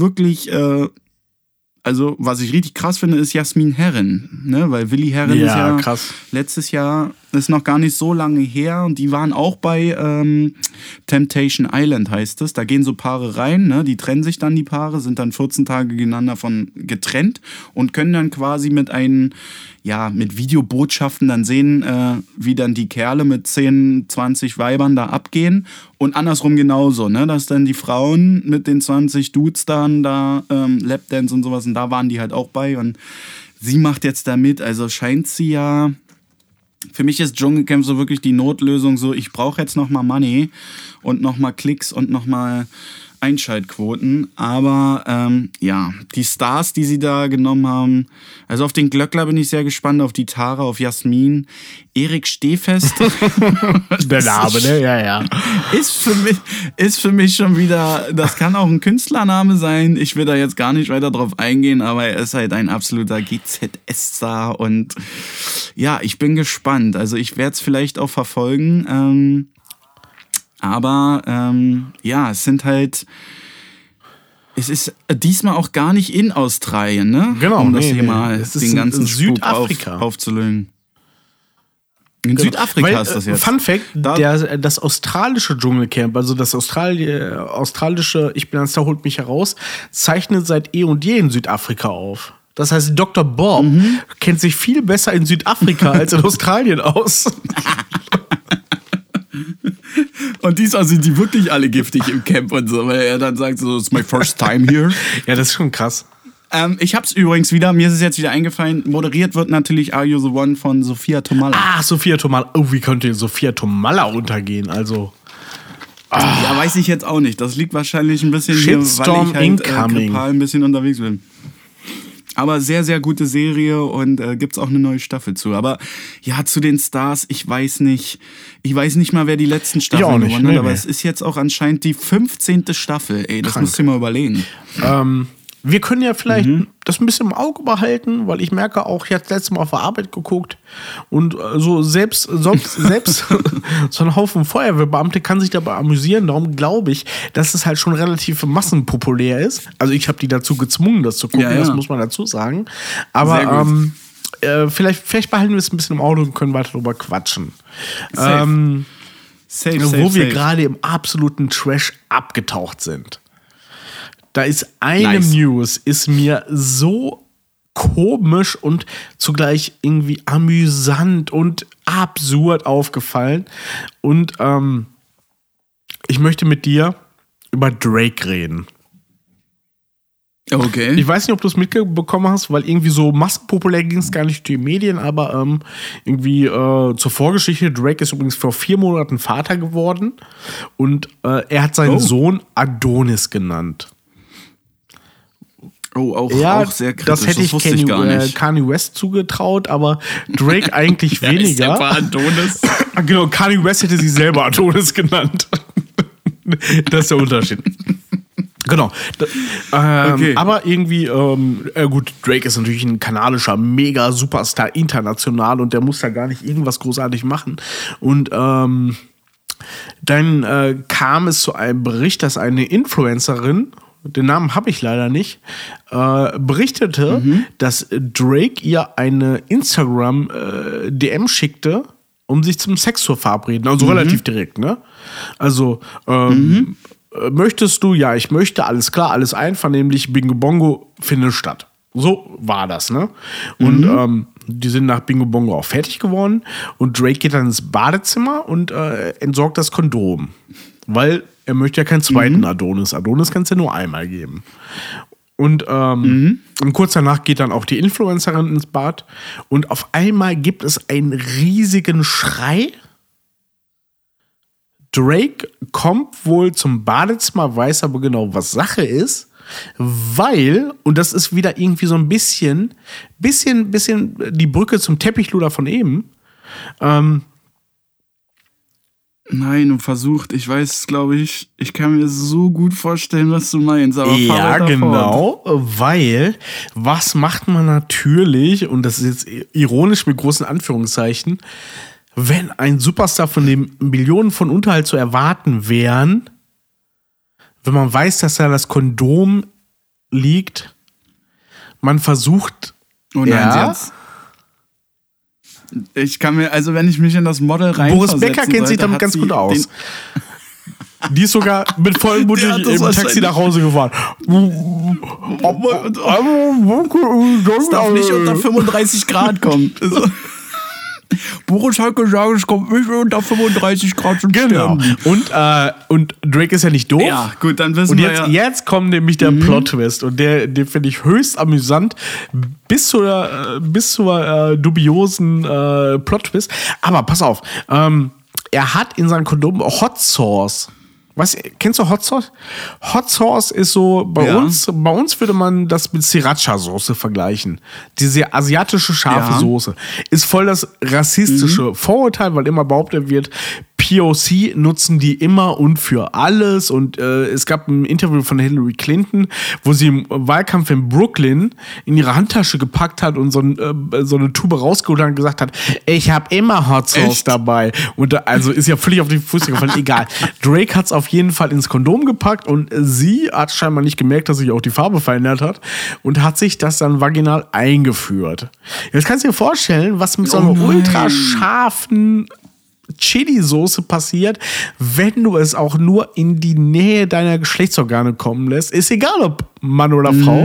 was ich richtig krass finde, ist Jasmin Herren, ne? Weil Willi Herren ist ja krass. Letztes Jahr, ist noch gar nicht so lange her, und die waren auch bei Temptation Island, heißt es. Da gehen so Paare rein, ne? Die trennen sich dann, die Paare, sind dann 14 Tage gegeneinander getrennt und können dann quasi mit Videobotschaften dann sehen, wie dann die Kerle mit 10, 20 Weibern da abgehen, und andersrum genauso, ne? Dass dann die Frauen mit den 20 Dudes dann da Lapdance und sowas, und da waren die halt auch bei, und sie macht jetzt da mit, also scheint sie ja. Für mich ist Dschungelcamp so wirklich die Notlösung, so ich brauche jetzt nochmal Money und nochmal Klicks und nochmal Einschaltquoten, aber die Stars, die sie da genommen haben, also auf den Glöckler bin ich sehr gespannt, auf die Tara, auf Jasmin, Erik Stehfest. Der Name, ne? Ja. Ist für mich schon wieder, das kann auch ein Künstlername sein, ich will da jetzt gar nicht weiter drauf eingehen, aber er ist halt ein absoluter GZS-Star, und ja, ich bin gespannt, also ich werde es vielleicht auch verfolgen, aber es ist diesmal auch gar nicht in Australien, ne? Genau, um das hier mal den ganzen Spuk aufzulösen. In Südafrika ist das jetzt. Fun Fact, das australische Dschungelcamp, also das australische Ich bin ein Star, holt mich heraus, zeichnet seit eh und je in Südafrika auf. Das heißt, Dr. Bob kennt sich viel besser in Südafrika als in Australien aus. Und diesmal sind die wirklich alle giftig im Camp und so, weil er dann sagt so, it's my first time here. Ja, das ist schon krass. Ich hab's übrigens wieder, mir ist es jetzt wieder eingefallen, moderiert wird natürlich Are You The One von Sophia Tomalla. Sophia Tomalla. Oh, wie könnte Sophia Tomalla untergehen? Also. Ja, weiß ich jetzt auch nicht. Das liegt wahrscheinlich ein bisschen Shitstorm hier, weil ich halt grippal ein bisschen unterwegs bin. Aber sehr, sehr gute Serie, und gibt's auch eine neue Staffel zu. Aber ja, zu den Stars, ich weiß nicht mal, wer die letzten Staffeln gewonnen hat, aber es ist jetzt auch anscheinend die 15. Staffel. Ey, das musst du dir mal überlegen. Wir können ja vielleicht das ein bisschen im Auge behalten, weil ich merke auch, ich habe das letzte Mal auf der Arbeit geguckt, und so selbst so ein Haufen Feuerwehrbeamte kann sich dabei amüsieren. Darum glaube ich, dass es halt schon relativ massenpopulär ist. Also ich habe die dazu gezwungen, das zu gucken, das muss man dazu sagen. Aber vielleicht behalten wir es ein bisschen im Auge und können weiter darüber quatschen. Safe, wo wir gerade im absoluten Trash abgetaucht sind. da ist eine News, ist mir so komisch und zugleich irgendwie amüsant und absurd aufgefallen. Und ich möchte mit dir über Drake reden. Okay. Ich weiß nicht, ob du es mitbekommen hast, weil irgendwie so massenpopulär ging es gar nicht durch die Medien, aber irgendwie zur Vorgeschichte, Drake ist übrigens vor 4 Monaten Vater geworden und er hat seinen Sohn Adonis genannt. Oh, auch sehr kritisch. Das hätte ich Kanye West zugetraut, aber Drake eigentlich weniger. Adonis. Genau, Kanye West hätte sich selber Adonis genannt. Das ist der Unterschied. Genau. Okay. Aber irgendwie, gut, Drake ist natürlich ein kanadischer Mega-Superstar international und der muss da gar nicht irgendwas großartig machen. Und dann kam es zu einem Bericht, dass eine Influencerin, den Namen habe ich leider nicht, berichtete, dass Drake ihr eine Instagram-DM schickte, um sich zum Sex zu verabreden. Also relativ direkt, ne? Also, möchtest du? Ja, ich möchte, alles klar, alles einvernehmlich, Bingo Bongo findet statt. So war das, ne? Und die sind nach Bingo Bongo auch fertig geworden und Drake geht dann ins Badezimmer und entsorgt das Kondom. Weil er möchte ja keinen zweiten Adonis. Adonis kann es ja nur einmal geben. Und kurz danach geht dann auch die Influencerin ins Bad und auf einmal gibt es einen riesigen Schrei. Drake kommt wohl zum Badezimmer, weiß aber genau, was Sache ist, weil, und das ist wieder irgendwie so ein bisschen die Brücke zum Teppichluder von eben, Nein, und versucht, ich weiß, glaube ich kann mir so gut vorstellen, was du meinst. Aber ja, genau, weil, was macht man natürlich, und das ist jetzt ironisch mit großen Anführungszeichen, wenn ein Superstar, von dem Millionen von Unterhalt zu erwarten wären, wenn man weiß, dass da das Kondom liegt, man versucht, oh nein, jetzt. Ich kann mir, also wenn ich mich in das Model reinversetzen Boris Becker kennt sich damit ganz gut aus. Die ist sogar mit vollem Mund im Taxi nach Hause gefahren. Es darf nicht unter 35 Grad kommen. Boris hat gesagt, es kommt nicht unter 35 Grad zum Genau. Und Drake ist ja nicht doof. Ja, gut, dann wissen wir jetzt kommt nämlich der Plot-Twist. Und den finde ich höchst amüsant. Bis zur dubiosen Plot-Twist. Aber pass auf. Er hat in seinem Kondom Hot Sauce. Was, kennst du Hot Sauce? Hot Sauce ist so, bei uns würde man das mit Sriracha-Soße vergleichen. Diese asiatische scharfe Soße. Ist voll das rassistische Vorurteil, weil immer behauptet wird, POC nutzen die immer und für alles. Und es gab ein Interview von Hillary Clinton, wo sie im Wahlkampf in Brooklyn in ihre Handtasche gepackt hat und so eine Tube rausgeholt hat und gesagt hat, ich habe immer Hot Sauce dabei. Und also ist ja völlig auf die Füße gefallen. Egal. Drake hat es auf jeden Fall ins Kondom gepackt und sie hat scheinbar nicht gemerkt, dass sich auch die Farbe verändert hat und hat sich das dann vaginal eingeführt. Jetzt kannst du dir vorstellen, was mit so einer ultra scharfen Chili-Soße passiert, wenn du es auch nur in die Nähe deiner Geschlechtsorgane kommen lässt. Ist egal, ob Mann oder Frau.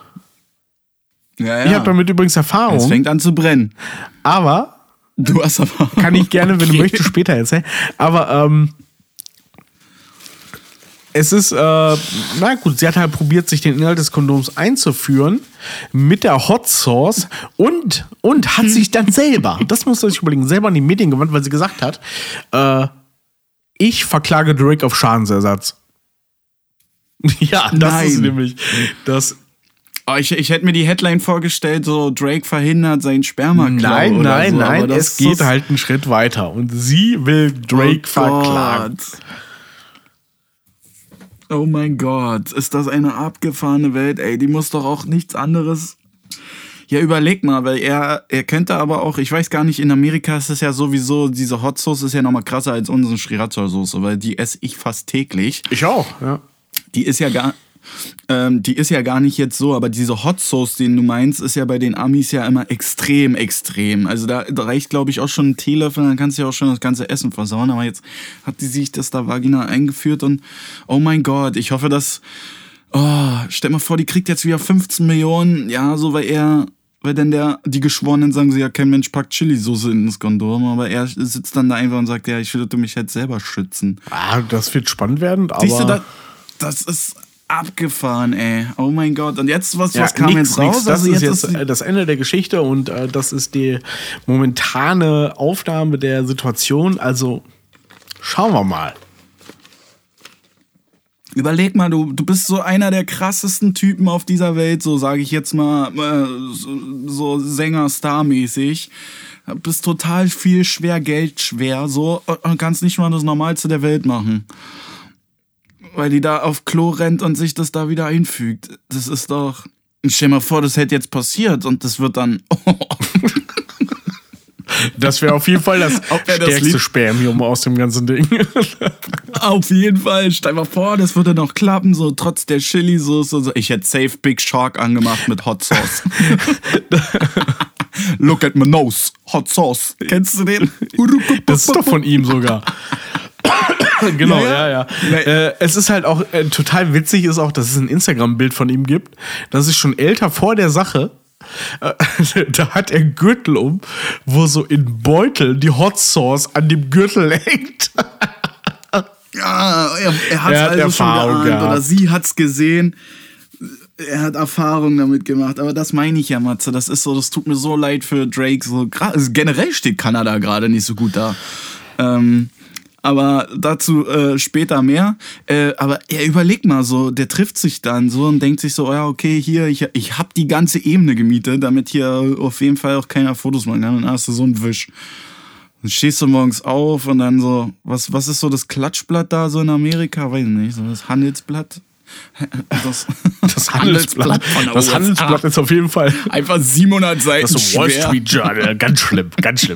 Ja. Ich habe damit übrigens Erfahrung. Es fängt an zu brennen. Aber du hast aber kann ich gerne, wenn du möchtest, später erzählen. Aber es ist, na gut, sie hat halt probiert, sich den Inhalt des Kondoms einzuführen mit der Hot Sauce und hat sich dann selber, das musst du sich überlegen, selber an die Medien gewandt, weil sie gesagt hat, ich verklage Drake auf Schadensersatz. Ja, das ist nämlich das. Oh, ich hätte mir die Headline vorgestellt, so Drake verhindert seinen Spermaklau. Nein, es geht halt einen Schritt weiter und sie will Drake verklagen. Oh mein Gott, ist das eine abgefahrene Welt, ey, die muss doch auch nichts anderes. Ja, überleg mal, weil er könnte aber auch, ich weiß gar nicht, in Amerika ist es ja sowieso, diese Hot Sauce ist ja nochmal krasser als unsere Sriracha-Soße, weil die esse ich fast täglich. Ich auch, ja. Die ist ja gar nicht jetzt so, aber diese Hot Sauce, den du meinst, ist ja bei den Amis ja immer extrem. Also da reicht, glaube ich, auch schon ein Teelöffel, dann kannst du ja auch schon das ganze Essen versauen. Aber jetzt hat die sich das da vaginal eingeführt und oh mein Gott, ich hoffe, dass Oh, stell mal vor, die kriegt jetzt wieder 15 Millionen, ja, so, weil dann die Geschworenen sagen, ja, kein Mensch packt Chili-Soße ins Kondom, aber er sitzt dann da einfach und sagt, ja, ich würde mich halt selber schützen. Das wird spannend werden, aber... Siehst du, das ist abgefahren, ey. Oh mein Gott. Und jetzt, was kam jetzt raus? Das ist jetzt das Ende der Geschichte und das ist die momentane Aufnahme der Situation, also schauen wir mal. Überleg mal, du bist so einer der krassesten Typen auf dieser Welt, so sage ich jetzt mal, so Sänger-Star-mäßig. Bist total viel Geld schwer, so, und kannst nicht mal das Normalste der Welt machen. Weil die da auf Klo rennt und sich das da wieder einfügt. Das ist doch... Stell dir mal vor, das hätte jetzt passiert und das wird dann... Das wäre auf jeden Fall das stärkste Spermium aus dem ganzen Ding. Auf jeden Fall. Stell dir mal vor, das würde noch klappen, so trotz der Chili-Soße. So. Ich hätte safe Big Shark angemacht mit Hot Sauce. Look at my nose. Hot Sauce. Kennst du den? Das ist doch von ihm sogar. Genau, ja. Es ist halt auch total witzig, ist auch, dass es ein Instagram-Bild von ihm gibt. Das ist schon älter vor der Sache. Da hat er Gürtel um, wo so in Beutel die Hot Sauce an dem Gürtel hängt. Ja, er hat also Erfahrung schon geahnt, oder sie hat's gesehen. Er hat Erfahrung damit gemacht, aber das meine ich ja, Matze. Das ist so, das tut mir so leid für Drake. So, generell steht Kanada gerade nicht so gut da. Aber dazu später mehr. Aber überleg mal so, der trifft sich dann so und denkt sich so, oh ja, okay, hier, ich hab die ganze Ebene gemietet, damit hier auf jeden Fall auch keiner Fotos machen kann. Und dann hast du so einen Wisch. Dann stehst du morgens auf und dann so, was ist so das Klatschblatt da so in Amerika? Weiß ich nicht, so das Handelsblatt? Das Handelsblatt von der USA. Handelsblatt ist auf jeden Fall einfach 700 Seiten das ist so Wall Street Journal. Ganz schlimm.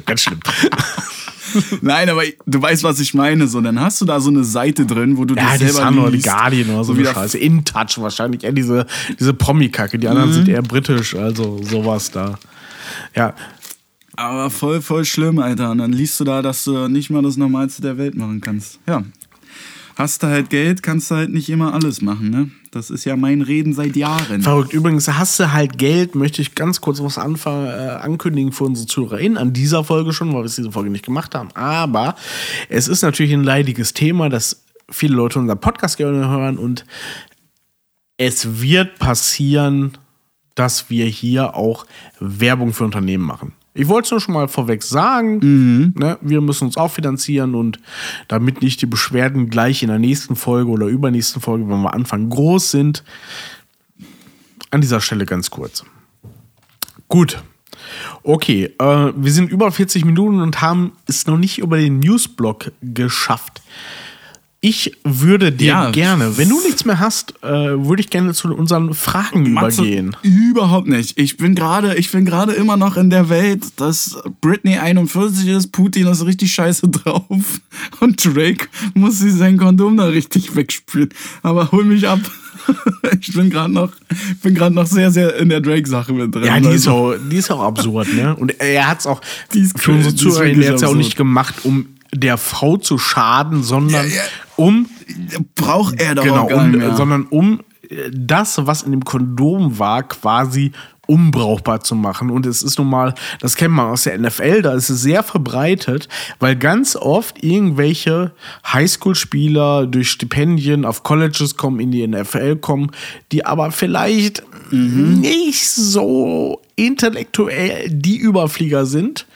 Nein, aber du weißt, was ich meine. So, dann hast du da so eine Seite drin, wo du das selber liest. Ja, die Guardian oder so eine Scheiße. In Touch wahrscheinlich eher diese Promi-Kacke. Die anderen sind eher britisch, also sowas da. Ja. Aber voll schlimm, Alter. Und dann liest du da, dass du nicht mal das Normalste der Welt machen kannst. Ja. Hast du halt Geld, kannst du halt nicht immer alles machen, ne? Das ist ja mein Reden seit Jahren. Verrückt. Übrigens, hast du halt Geld, möchte ich ganz kurz was ankündigen für unsere ZuhörerInnen. An dieser Folge schon, weil wir es diese Folge nicht gemacht haben. Aber es ist natürlich ein leidiges Thema, dass viele Leute unseren Podcast gerne hören. Und es wird passieren, dass wir hier auch Werbung für Unternehmen machen. Ich wollte es nur schon mal vorweg sagen, ne, wir müssen uns auch finanzieren und damit nicht die Beschwerden gleich in der nächsten Folge oder übernächsten Folge, wenn wir anfangen, groß sind, an dieser Stelle ganz kurz. Gut, okay, wir sind über 40 Minuten und haben es noch nicht über den Newsblock geschafft. Ich würde dir gerne, wenn du nichts mehr hast, würde ich gerne zu unseren Fragen übergehen. Überhaupt nicht. Ich bin gerade immer noch in der Welt, dass Britney 41 ist, Putin ist richtig scheiße drauf und Drake muss sich sein Kondom da richtig wegspülen. Aber hol mich ab. Ich bin gerade noch sehr, sehr in der Drake-Sache mit drin. Ja, die ist auch absurd, ne? Und er hat es auch, für unsere Zuhörer, er hat es auch nicht gemacht, um der Frau zu schaden, sondern braucht er doch auch gar nicht mehr. Sondern um das, was in dem Kondom war, quasi unbrauchbar zu machen. Und es ist nun mal, das kennt man aus der NFL, da ist es sehr verbreitet, weil ganz oft irgendwelche Highschool-Spieler durch Stipendien auf Colleges kommen, in die NFL kommen, die aber vielleicht nicht so intellektuell die Überflieger sind.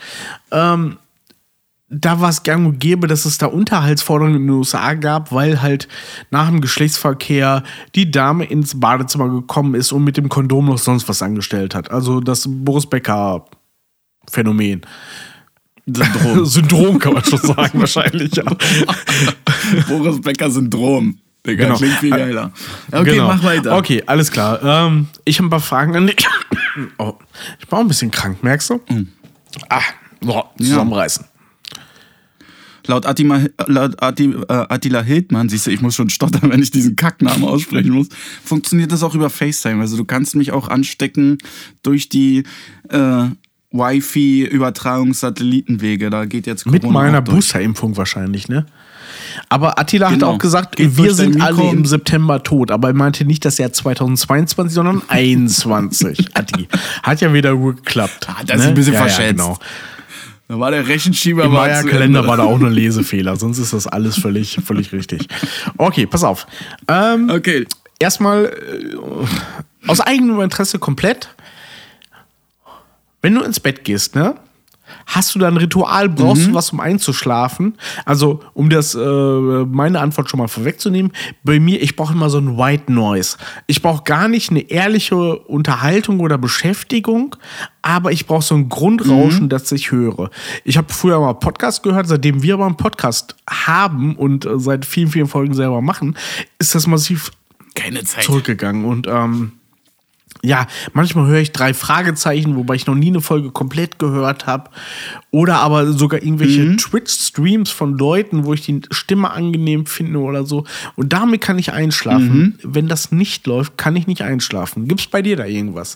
Da war es gang und gäbe, dass es da Unterhaltsforderungen in den USA gab, weil halt nach dem Geschlechtsverkehr die Dame ins Badezimmer gekommen ist und mit dem Kondom noch sonst was angestellt hat. Also das Boris Becker-Phänomen. Syndrom kann man schon sagen, wahrscheinlich. Ja. Boris Becker-Syndrom. Digga, genau. Klingt viel geiler. Okay, genau. Mach weiter. Okay, alles klar. Ich habe ein paar Fragen an dich. Oh, ich war ein bisschen krank, merkst du? Zusammenreißen. Laut Attila Hildmann, siehst du, ich muss schon stottern, wenn ich diesen Kacknamen aussprechen muss, funktioniert das auch über FaceTime. Also du kannst mich auch anstecken durch die Wi-Fi-Übertragungssatellitenwege. Da geht jetzt Mit Corona meiner auch durch. Boosterimpfung wahrscheinlich, ne? Aber Attila hat Genau. auch gesagt, Geht wir durch dein sind alle Mikro. im September tot. Aber er meinte nicht das Jahr 2022, sondern 21. Atti. Hat ja wieder gut geklappt. das ist ein bisschen Ja, verschätzt. genau. Da war der Rechenschieber Im mal zu Maya-Kalender Ende. war da auch ein Lesefehler. Sonst ist das alles völlig richtig. Okay, pass auf. Okay. Erstmal aus eigenem Interesse komplett. Wenn du ins Bett gehst, ne? Hast du da ein Ritual? Brauchst du was, um einzuschlafen? Also, um das meine Antwort schon mal vorwegzunehmen, bei mir, ich brauche immer so ein White Noise. Ich brauche gar nicht eine ehrliche Unterhaltung oder Beschäftigung, aber ich brauche so ein Grundrauschen, das ich höre. Ich habe früher mal Podcast gehört, seitdem wir aber einen Podcast haben und seit vielen, vielen Folgen selber machen, ist das massiv Keine Zeit. zurückgegangen. Und ja, manchmal höre ich 3 Fragezeichen, wobei ich noch nie eine Folge komplett gehört habe. Oder aber sogar irgendwelche Twitch-Streams von Leuten, wo ich die Stimme angenehm finde oder so. Und damit kann ich einschlafen. Wenn das nicht läuft, kann ich nicht einschlafen. Gibt's bei dir da irgendwas?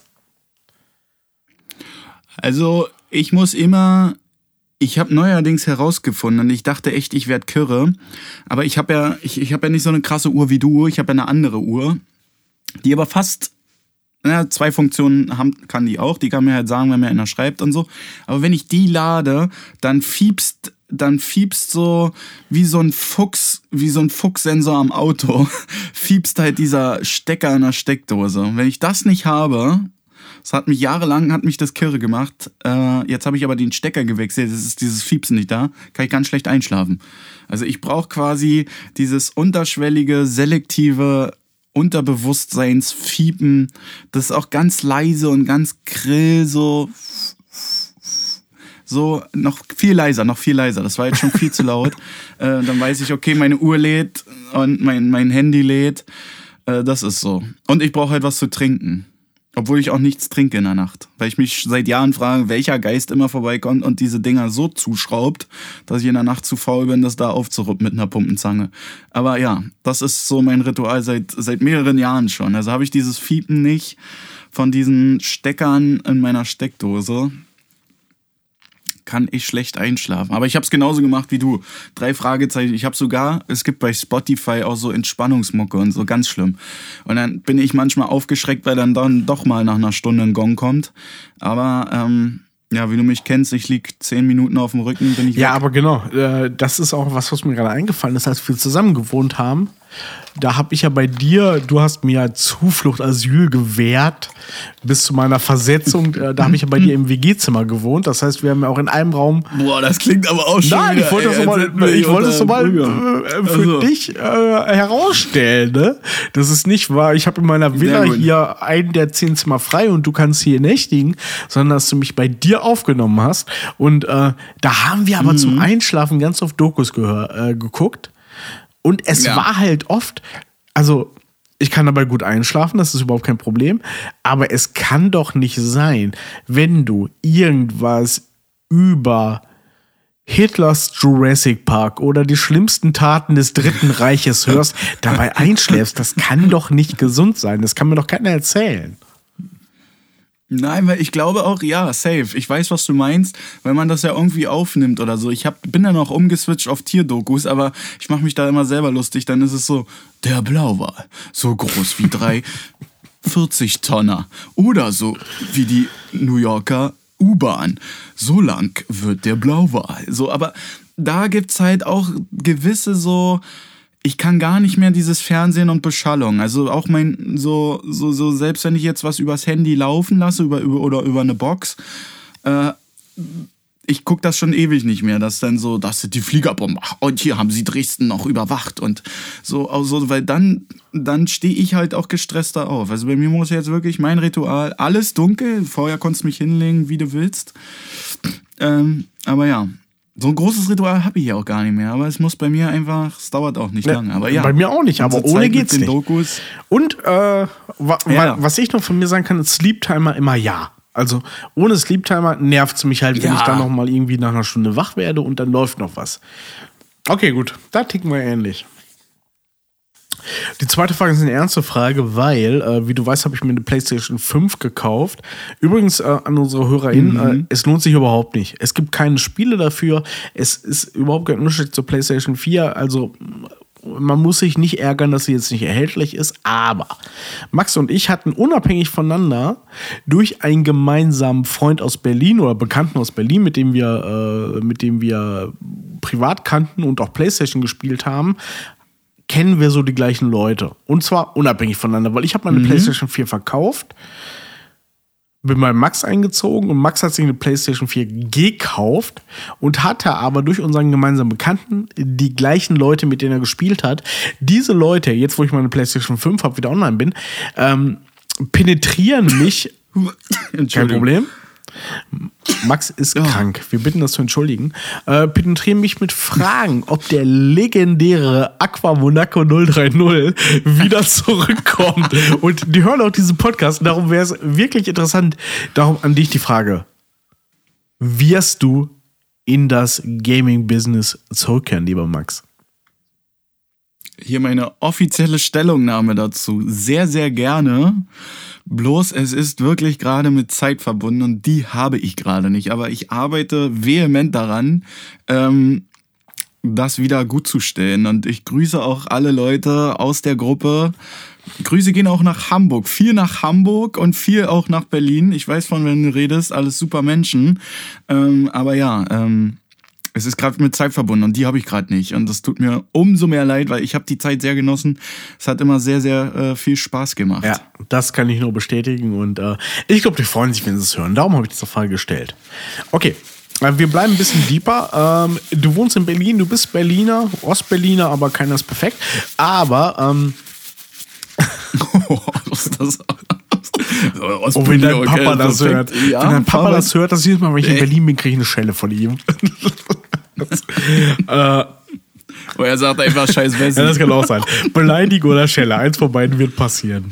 Also, ich habe neuerdings herausgefunden, und ich dachte echt, ich werde kirre, aber ich habe ja nicht so eine krasse Uhr wie du, ich habe ja eine andere Uhr, die aber fast 2 Funktionen kann die auch, die kann mir halt sagen, wenn mir einer schreibt und so, aber wenn ich die lade, dann fiepst so wie so ein Fuchssensor am Auto, fiepst halt dieser Stecker in der Steckdose. Und wenn ich das nicht habe, jahrelang hat mich das kirre gemacht. Jetzt habe ich aber den Stecker gewechselt. Es ist dieses Fiepsen nicht da. Kann ich ganz schlecht einschlafen. Also ich brauche quasi dieses unterschwellige, selektive Unterbewusstseinsfiepen. Das ist auch ganz leise und ganz grill, so noch viel leiser. Das war jetzt schon viel zu laut. Dann weiß ich, okay, meine Uhr lädt und mein Handy lädt. Das ist so. Und ich brauche halt was zu trinken. Obwohl ich auch nichts trinke in der Nacht. Weil ich mich seit Jahren frage, welcher Geist immer vorbeikommt und diese Dinger so zuschraubt, dass ich in der Nacht zu faul bin, das da aufzuruppen mit einer Pumpenzange. Aber ja, das ist so mein Ritual seit mehreren Jahren schon. Also habe ich dieses Fiepen nicht von diesen Steckern in meiner Steckdose, kann ich schlecht einschlafen. Aber ich habe es genauso gemacht wie du. 3 Fragezeichen. Es gibt bei Spotify auch so Entspannungsmucke und so, ganz schlimm. Und dann bin ich manchmal aufgeschreckt, weil dann doch mal nach einer Stunde ein Gong kommt. Aber ja, wie du mich kennst, ich lieg 10 Minuten auf dem Rücken, bin ich Ja, weg. aber genau, das ist auch was mir gerade eingefallen ist, als wir zusammen gewohnt haben. Da habe ich ja bei dir, du hast mir ja Zuflucht, Asyl gewährt bis zu meiner Versetzung. Da habe ich ja bei dir im WG-Zimmer gewohnt. Das heißt, wir haben ja auch in einem Raum. Boah, das klingt aber auch schon Nein, wieder, ich wollte es so mal für dich herausstellen. Ne? Das ist nicht wahr. Ich habe in meiner Villa Sehr gut. hier einen der 10 Zimmer frei und du kannst hier nächtigen, sondern dass du mich bei dir aufgenommen hast. Und da haben wir aber zum Einschlafen ganz oft Dokus geguckt. Und es war halt oft, also ich kann dabei gut einschlafen, das ist überhaupt kein Problem, aber es kann doch nicht sein, wenn du irgendwas über Hitlers Jurassic Park oder die schlimmsten Taten des Dritten Reiches hörst, dabei einschläfst. Das kann doch nicht gesund sein, das kann mir doch keiner erzählen. Nein, weil ich glaube auch, ja, safe. Ich weiß, was du meinst, weil man das ja irgendwie aufnimmt oder so. Bin dann auch umgeswitcht auf Tierdokus, aber ich mache mich da immer selber lustig. Dann ist es so, der Blauwal, so groß wie 3 40-Tonner. Oder so wie die New Yorker U-Bahn. So lang wird der Blauwal. So, aber da gibt's halt auch gewisse so... Ich kann gar nicht mehr dieses Fernsehen und Beschallung. Also auch selbst wenn ich jetzt was übers Handy laufen lasse oder über eine Box, ich gucke das schon ewig nicht mehr, dass dann so, das sind die Fliegerbomben und hier haben sie Dresden noch überwacht und so, also, weil dann stehe ich halt auch gestresster auf. Also bei mir muss jetzt wirklich mein Ritual, alles dunkel, vorher konntest du mich hinlegen, wie du willst. Aber ja. So ein großes Ritual habe ich ja auch gar nicht mehr, aber es muss bei mir einfach, es dauert auch nicht lange. Aber ja, bei mir auch nicht, aber ohne geht's nicht. Dokus. Und was ich noch von mir sagen kann, ist Sleep Timer immer ja. Also ohne Sleep Timer nervt es mich halt, wenn ich dann noch mal irgendwie nach einer Stunde wach werde und dann läuft noch was. Okay, gut, da ticken wir ähnlich. Die zweite Frage ist eine ernste Frage, weil, wie du weißt, habe ich mir eine PlayStation 5 gekauft. Übrigens an unsere HörerInnen, es lohnt sich überhaupt nicht. Es gibt keine Spiele dafür. Es ist überhaupt kein Unterschied zur PlayStation 4. Also man muss sich nicht ärgern, dass sie jetzt nicht erhältlich ist. Aber Max und ich hatten unabhängig voneinander durch einen gemeinsamen Freund aus Berlin oder Bekannten aus Berlin, mit dem wir privat kannten und auch PlayStation gespielt haben, kennen wir so die gleichen Leute. Und zwar unabhängig voneinander, weil ich habe meine PlayStation 4 verkauft, bin bei Max eingezogen und Max hat sich eine PlayStation 4 gekauft und hatte aber durch unseren gemeinsamen Bekannten die gleichen Leute, mit denen er gespielt hat. Diese Leute, jetzt wo ich meine PlayStation 5 habe, wieder online bin, penetrieren mich. Kein Problem. Max ist krank. Wir bitten das zu entschuldigen. Penetrieren mich mit Fragen, ob der legendäre Aqua Monaco 030 wieder zurückkommt. Und die hören auch diesen Podcast. Darum wäre es wirklich interessant. Darum an dich die Frage. Wirst du in das Gaming-Business zurückkehren, lieber Max? Hier meine offizielle Stellungnahme dazu. Sehr, sehr gerne. Bloß es ist wirklich gerade mit Zeit verbunden und die habe ich gerade nicht. Aber ich arbeite vehement daran, das wieder gut zu stellen. Und ich grüße auch alle Leute aus der Gruppe. Grüße gehen auch nach Hamburg. Viel nach Hamburg und viel auch nach Berlin. Ich weiß, von wem du redest. Alles super Menschen. Aber ja, es ist gerade mit Zeit verbunden und die habe ich gerade nicht. Und das tut mir umso mehr leid, weil ich habe die Zeit sehr genossen. Es hat immer sehr, sehr viel Spaß gemacht. Ja, das kann ich nur bestätigen. Und ich glaube, die freuen sich, wenn sie es hören. Darum habe ich diese Frage gestellt. Okay, wir bleiben ein bisschen deeper. Du wohnst in Berlin, du bist Berliner, Ostberliner, aber keiner ist perfekt. Aber was ist das? Oh, wenn dein Papa das hört. Ja, wenn dein Papa das hört, das jedes Mal, wenn ich in Berlin bin, kriege ich eine Schelle von ihm. Wo er sagt einfach scheiß Wessi. Ja, das kann auch sein. Beleidigung oder Schelle. Eins von beiden wird passieren.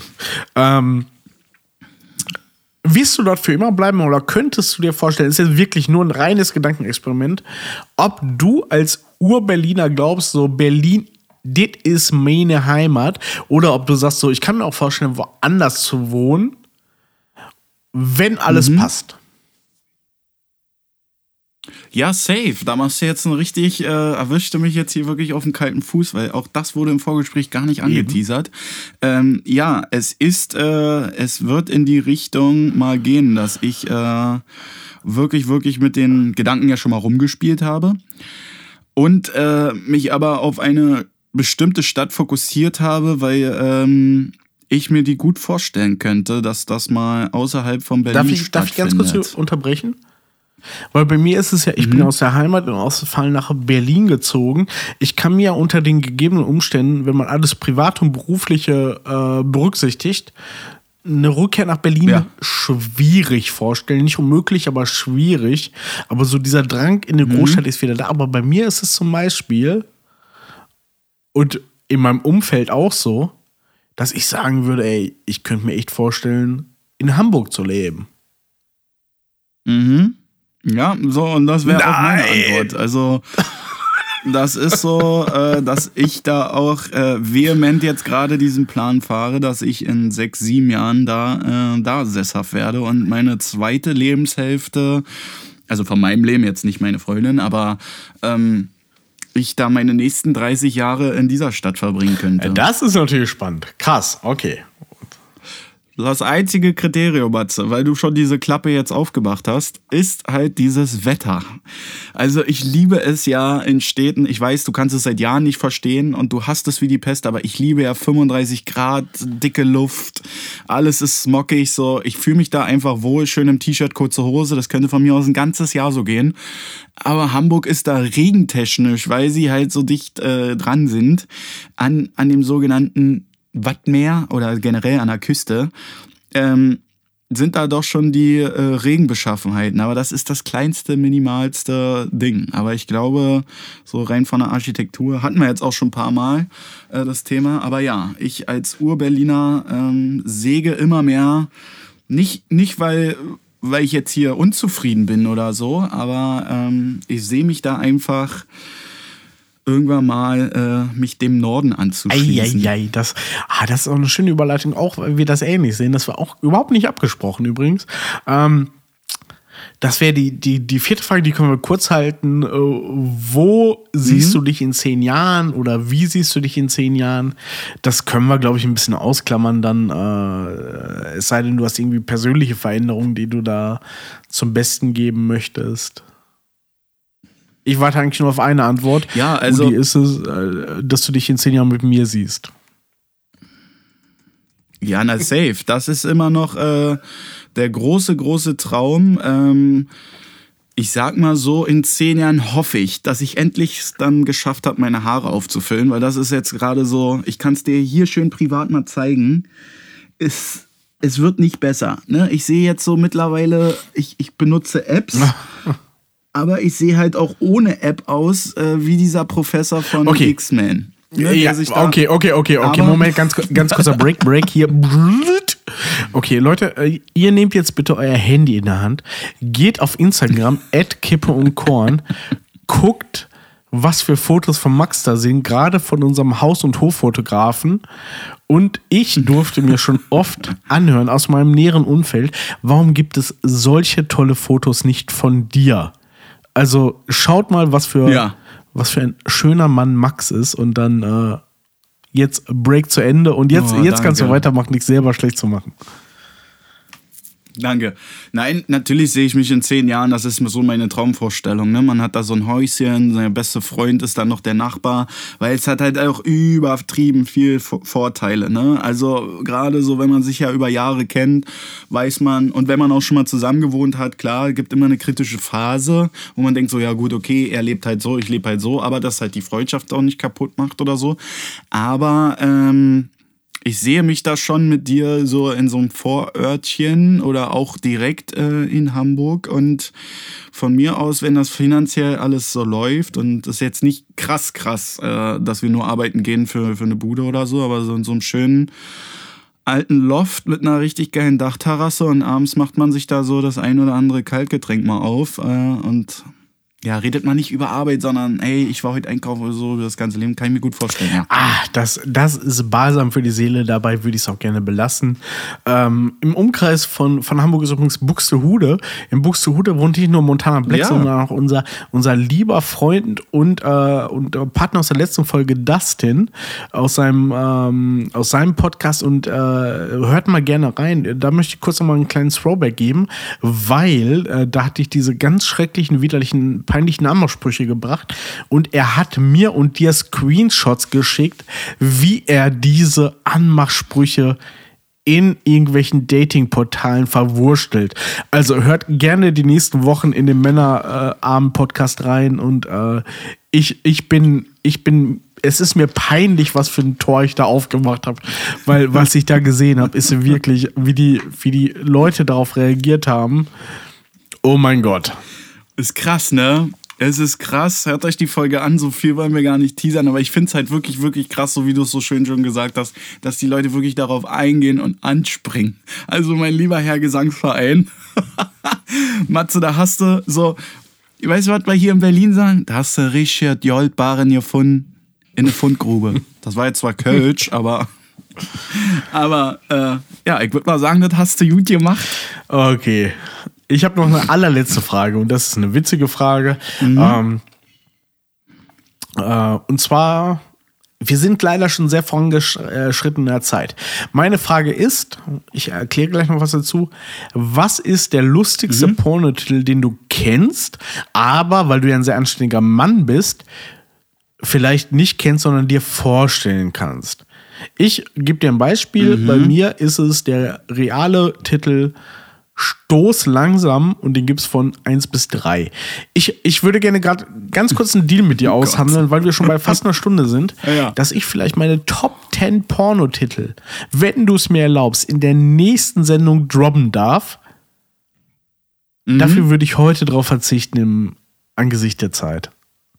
Wirst du dort für immer bleiben oder könntest du dir vorstellen, ist jetzt wirklich nur ein reines Gedankenexperiment, ob du als Ur-Berliner glaubst, so Berlin, das ist meine Heimat, oder ob du sagst so, ich kann mir auch vorstellen, woanders zu wohnen, wenn alles passt. Ja, safe. Da machst du jetzt ein richtig, erwischte mich jetzt hier wirklich auf den kalten Fuß, weil auch das wurde im Vorgespräch gar nicht angeteasert. Ja, es wird in die Richtung mal gehen, dass ich wirklich mit den Gedanken ja schon mal rumgespielt habe und mich aber auf eine bestimmte Stadt fokussiert habe, weil ich mir die gut vorstellen könnte, dass das mal außerhalb von Berlin stattfindet. Darf ich ganz kurz unterbrechen? Weil bei mir ist es ja, ich bin aus der Heimat und aus dem Fall nach Berlin gezogen. Ich kann mir unter den gegebenen Umständen, wenn man alles Private und Berufliche berücksichtigt, eine Rückkehr nach Berlin schwierig vorstellen. Nicht unmöglich, aber schwierig. Aber so dieser Drang in eine Großstadt ist wieder da. Aber bei mir ist es zum Beispiel und in meinem Umfeld auch so, dass ich sagen würde, ey, ich könnte mir echt vorstellen, in Hamburg zu leben. Ja, so, und das wäre auch meine Antwort. Also, das ist so, dass ich da auch vehement jetzt gerade diesen Plan fahre, dass ich in 6, 7 Jahren da sesshaft werde und meine zweite Lebenshälfte, also von meinem Leben jetzt nicht meine Freundin, aber ich da meine nächsten 30 Jahre in dieser Stadt verbringen könnte. Das ist natürlich spannend. Krass, okay. Das einzige Kriterium, Matze, weil du schon diese Klappe jetzt aufgemacht hast, ist halt dieses Wetter. Also ich liebe es ja in Städten, ich weiß, du kannst es seit Jahren nicht verstehen und du hast es wie die Pest, aber ich liebe ja 35 Grad, dicke Luft, alles ist smockig, so. Ich fühle mich da einfach wohl, schön im T-Shirt, kurze Hose, das könnte von mir aus ein ganzes Jahr so gehen. Aber Hamburg ist da regentechnisch, weil sie halt so dicht dran sind, an dem sogenannten Wattmeer oder generell an der Küste, sind da doch schon die Regenbeschaffenheiten. Aber das ist das kleinste, minimalste Ding. Aber ich glaube, so rein von der Architektur hatten wir jetzt auch schon ein paar Mal das Thema. Aber ja, ich als Ur-Berliner säge immer mehr, nicht weil ich jetzt hier unzufrieden bin oder so, aber ich sehe mich da einfach irgendwann mal mich dem Norden anzuschließen. Das ist auch eine schöne Überleitung, auch weil wir das ähnlich sehen. Das war auch überhaupt nicht abgesprochen übrigens. Das wäre die vierte Frage, die können wir kurz halten. Wo siehst du dich in 10 Jahren oder wie siehst du dich in 10 Jahren? Das können wir, glaube ich, ein bisschen ausklammern dann. Es sei denn, du hast irgendwie persönliche Veränderungen, die du da zum Besten geben möchtest. Ich warte eigentlich nur auf eine Antwort. Ja, also. Und die ist es, dass du dich in 10 Jahren mit mir siehst. Ja, na safe. Das ist immer noch der große Traum. Ich sag mal so, in 10 Jahren hoffe ich, dass ich endlich es dann geschafft habe, meine Haare aufzufüllen, weil das ist jetzt gerade so, ich kann es dir hier schön privat mal zeigen. Es wird nicht besser. Ne? Ich sehe jetzt so mittlerweile, ich benutze Apps, aber ich sehe halt auch ohne App aus, wie dieser Professor von X-Men. Ne, ja, okay. Moment, ganz kurzer Break hier. Okay, Leute, ihr nehmt jetzt bitte euer Handy in der Hand, geht auf Instagram, @Kippe&Korn, guckt, was für Fotos von Max da sind, gerade von unserem Haus- und Hoffotografen. Und ich durfte mir schon oft anhören aus meinem näheren Umfeld, warum gibt es solche tolle Fotos nicht von dir? Also schaut mal, was für ein schöner Mann Max ist und dann jetzt Break zu Ende und jetzt kannst du weitermachen, dich selber schlecht zu machen. Danke. Nein, natürlich sehe ich mich in 10 Jahren, das ist so meine Traumvorstellung. Ne? Man hat da so ein Häuschen, sein bester Freund ist dann noch der Nachbar, weil es hat halt auch übertrieben viel Vorteile. Ne? Also gerade so, wenn man sich ja über Jahre kennt, weiß man, und wenn man auch schon mal zusammen gewohnt hat, klar, gibt immer eine kritische Phase, wo man denkt so, ja gut, okay, er lebt halt so, ich lebe halt so, aber das halt die Freundschaft auch nicht kaputt macht oder so. Aber ich sehe mich da schon mit dir so in so einem Vorörtchen oder auch direkt in Hamburg und von mir aus, wenn das finanziell alles so läuft und das ist jetzt nicht krass, dass wir nur arbeiten gehen für eine Bude oder so, aber so in so einem schönen alten Loft mit einer richtig geilen Dachterrasse und abends macht man sich da so das ein oder andere Kaltgetränk mal auf und ja, redet man nicht über Arbeit, sondern ey, ich war heute einkaufen oder so, das ganze Leben kann ich mir gut vorstellen. Ja. Das ist balsam für die Seele, dabei würde ich es auch gerne belassen. Im Umkreis von Hamburg ist übrigens Buxtehude. In Buxtehude wohnt nicht nur Montana Black, sondern auch unser lieber Freund und Partner aus der letzten Folge, Dustin, aus seinem Podcast und hört mal gerne rein. Da möchte ich kurz nochmal einen kleinen Throwback geben, weil da hatte ich diese ganz schrecklichen, widerlichen, peinlichen Anmachsprüche gebracht und er hat mir und dir Screenshots geschickt, wie er diese Anmachsprüche in irgendwelchen Dating-Portalen verwurstelt. Also hört gerne die nächsten Wochen in den Männerabend-Podcast rein und es ist mir peinlich, was für ein Tor ich da aufgemacht habe, weil was ich da gesehen habe, ist wirklich, wie die Leute darauf reagiert haben. Oh mein Gott. Ist krass, ne? Es ist krass. Hört euch die Folge an. So viel wollen wir gar nicht teasern. Aber ich finde es halt wirklich, wirklich krass, so wie du es so schön schon gesagt hast, dass die Leute wirklich darauf eingehen und anspringen. Also mein lieber Herr Gesangsverein. Matze, da hast du so, weißt du, was wir hier in Berlin sagen? Da hast du Richard Joldbaren gefunden in eine Fundgrube. Das war jetzt zwar Kölsch, aber ja, ich würde mal sagen, das hast du gut gemacht. Okay. Ich habe noch eine allerletzte Frage und das ist eine witzige Frage. Und zwar, wir sind leider schon sehr vorangeschritten in der Zeit. Meine Frage ist, ich erkläre gleich noch was dazu, was ist der lustigste Pornotitel, den du kennst, aber, weil du ja ein sehr anständiger Mann bist, vielleicht nicht kennst, sondern dir vorstellen kannst? Ich gebe dir ein Beispiel. Bei mir ist es der reale Titel Stoß langsam und den gibt's von 1 bis 3. Ich würde gerne gerade ganz kurz einen Deal mit dir aushandeln, weil wir schon bei fast einer Stunde sind, dass ich vielleicht meine Top 10 Pornotitel, wenn du es mir erlaubst, in der nächsten Sendung droppen darf. Dafür würde ich heute drauf verzichten im Angesicht der Zeit.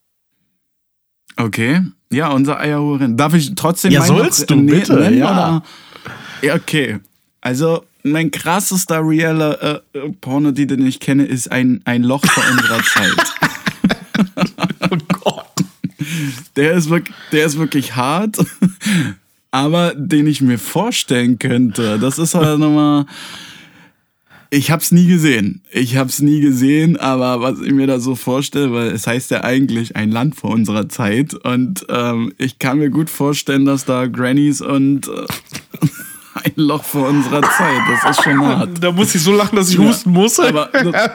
Okay. Ja, unser Eierhuren. Darf ich trotzdem sollst du bitte, nennen, ja. Ja, okay. Also, mein krassester realer Porno, den ich kenne, ist ein Loch vor unserer Zeit. Oh Gott. Der ist wirklich hart, aber den ich mir vorstellen könnte, das ist halt nochmal... Ich hab's nie gesehen, aber was ich mir da so vorstelle, weil es heißt ja eigentlich ein Land vor unserer Zeit und ich kann mir gut vorstellen, dass da Grannies und ein Loch vor unserer Zeit, das ist schon hart. Da muss ich so lachen, dass ich husten muss. Aber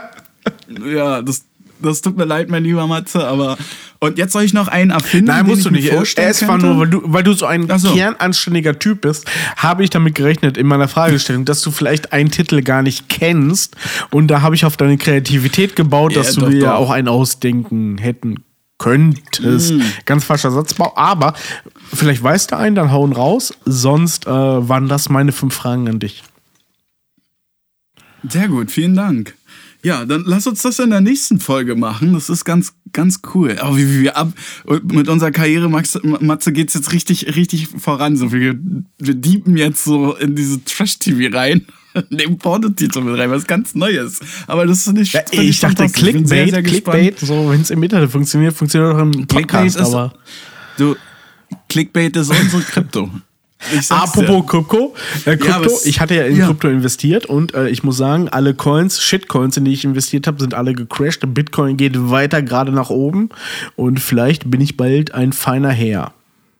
das tut mir leid, mein lieber Matze, aber... Und jetzt soll ich noch einen erfinden, Nein, musst du nicht. Es war nur, weil du so ein kernanständiger Typ bist, habe ich damit gerechnet in meiner Fragestellung, dass du vielleicht einen Titel gar nicht kennst. Und da habe ich auf deine Kreativität gebaut, dass du dir ja auch einen ausdenken hätten könntest. Ganz falscher Satzbau. Aber vielleicht weißt du einen, dann hauen raus. Sonst waren das meine 5 Fragen an dich. Sehr gut, vielen Dank. Ja, dann lass uns das in der nächsten Folge machen. Das ist ganz, ganz cool. Aber wie wir mit unserer Karriere, Matze, geht's jetzt richtig voran. So, wir diepen jetzt so in diese Trash-TV rein, nehmen Pornotitel mit rein, was ganz Neues. Aber das ist nicht. Ja, ich dachte Clickbait, so wenn es im Internet funktioniert auch im Podcast. Clickbait ist unsere Krypto. Apropos Krypto, ich hatte ja in Krypto investiert und ich muss sagen, alle Shitcoins, in die ich investiert habe, sind alle gecrashed. Bitcoin geht weiter gerade nach oben und vielleicht bin ich bald ein feiner Herr.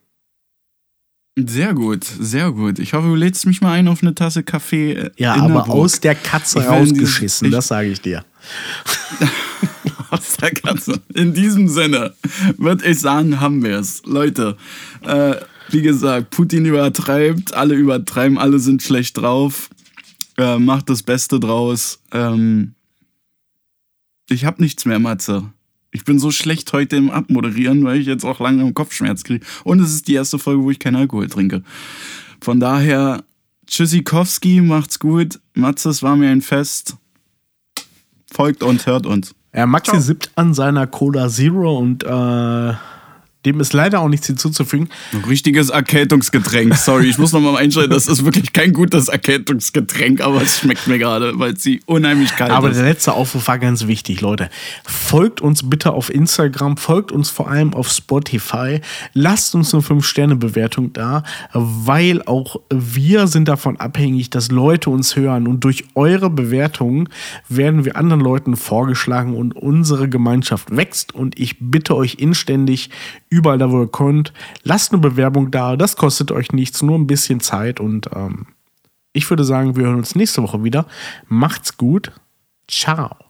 Sehr gut, sehr gut. Ich hoffe, du lädst mich mal ein auf eine Tasse Kaffee. Ja, aber aus der Katze rausgeschissen, das sage ich dir. Aus der Katze. In diesem Sinne würde ich sagen, haben wir es. Leute, wie gesagt, Putin übertreibt, alle übertreiben, alle sind schlecht drauf. Macht das Beste draus. Ich hab nichts mehr, Matze. Ich bin so schlecht heute im Abmoderieren, weil ich jetzt auch lange Kopfschmerz kriege. Und es ist die erste Folge, wo ich keinen Alkohol trinke. Von daher, Tschüssikowski, macht's gut. Matze, es war mir ein Fest. Folgt uns, hört uns. Maxi sippt an seiner Cola Zero und dem ist leider auch nichts hinzuzufügen. Ein richtiges Erkältungsgetränk. Sorry, ich muss nochmal einschalten. Das ist wirklich kein gutes Erkältungsgetränk, aber es schmeckt mir gerade, weil sie unheimlich kalt ist. Aber der letzte Aufruf war ganz wichtig, Leute. Folgt uns bitte auf Instagram, folgt uns vor allem auf Spotify. Lasst uns eine 5-Sterne-Bewertung da, weil auch wir sind davon abhängig, dass Leute uns hören. Und durch eure Bewertungen werden wir anderen Leuten vorgeschlagen und unsere Gemeinschaft wächst. Und ich bitte euch inständig, überall da, wo ihr könnt, lasst eine Bewerbung da. Das kostet euch nichts, nur ein bisschen Zeit. Und ich würde sagen, wir hören uns nächste Woche wieder. Macht's gut. Ciao.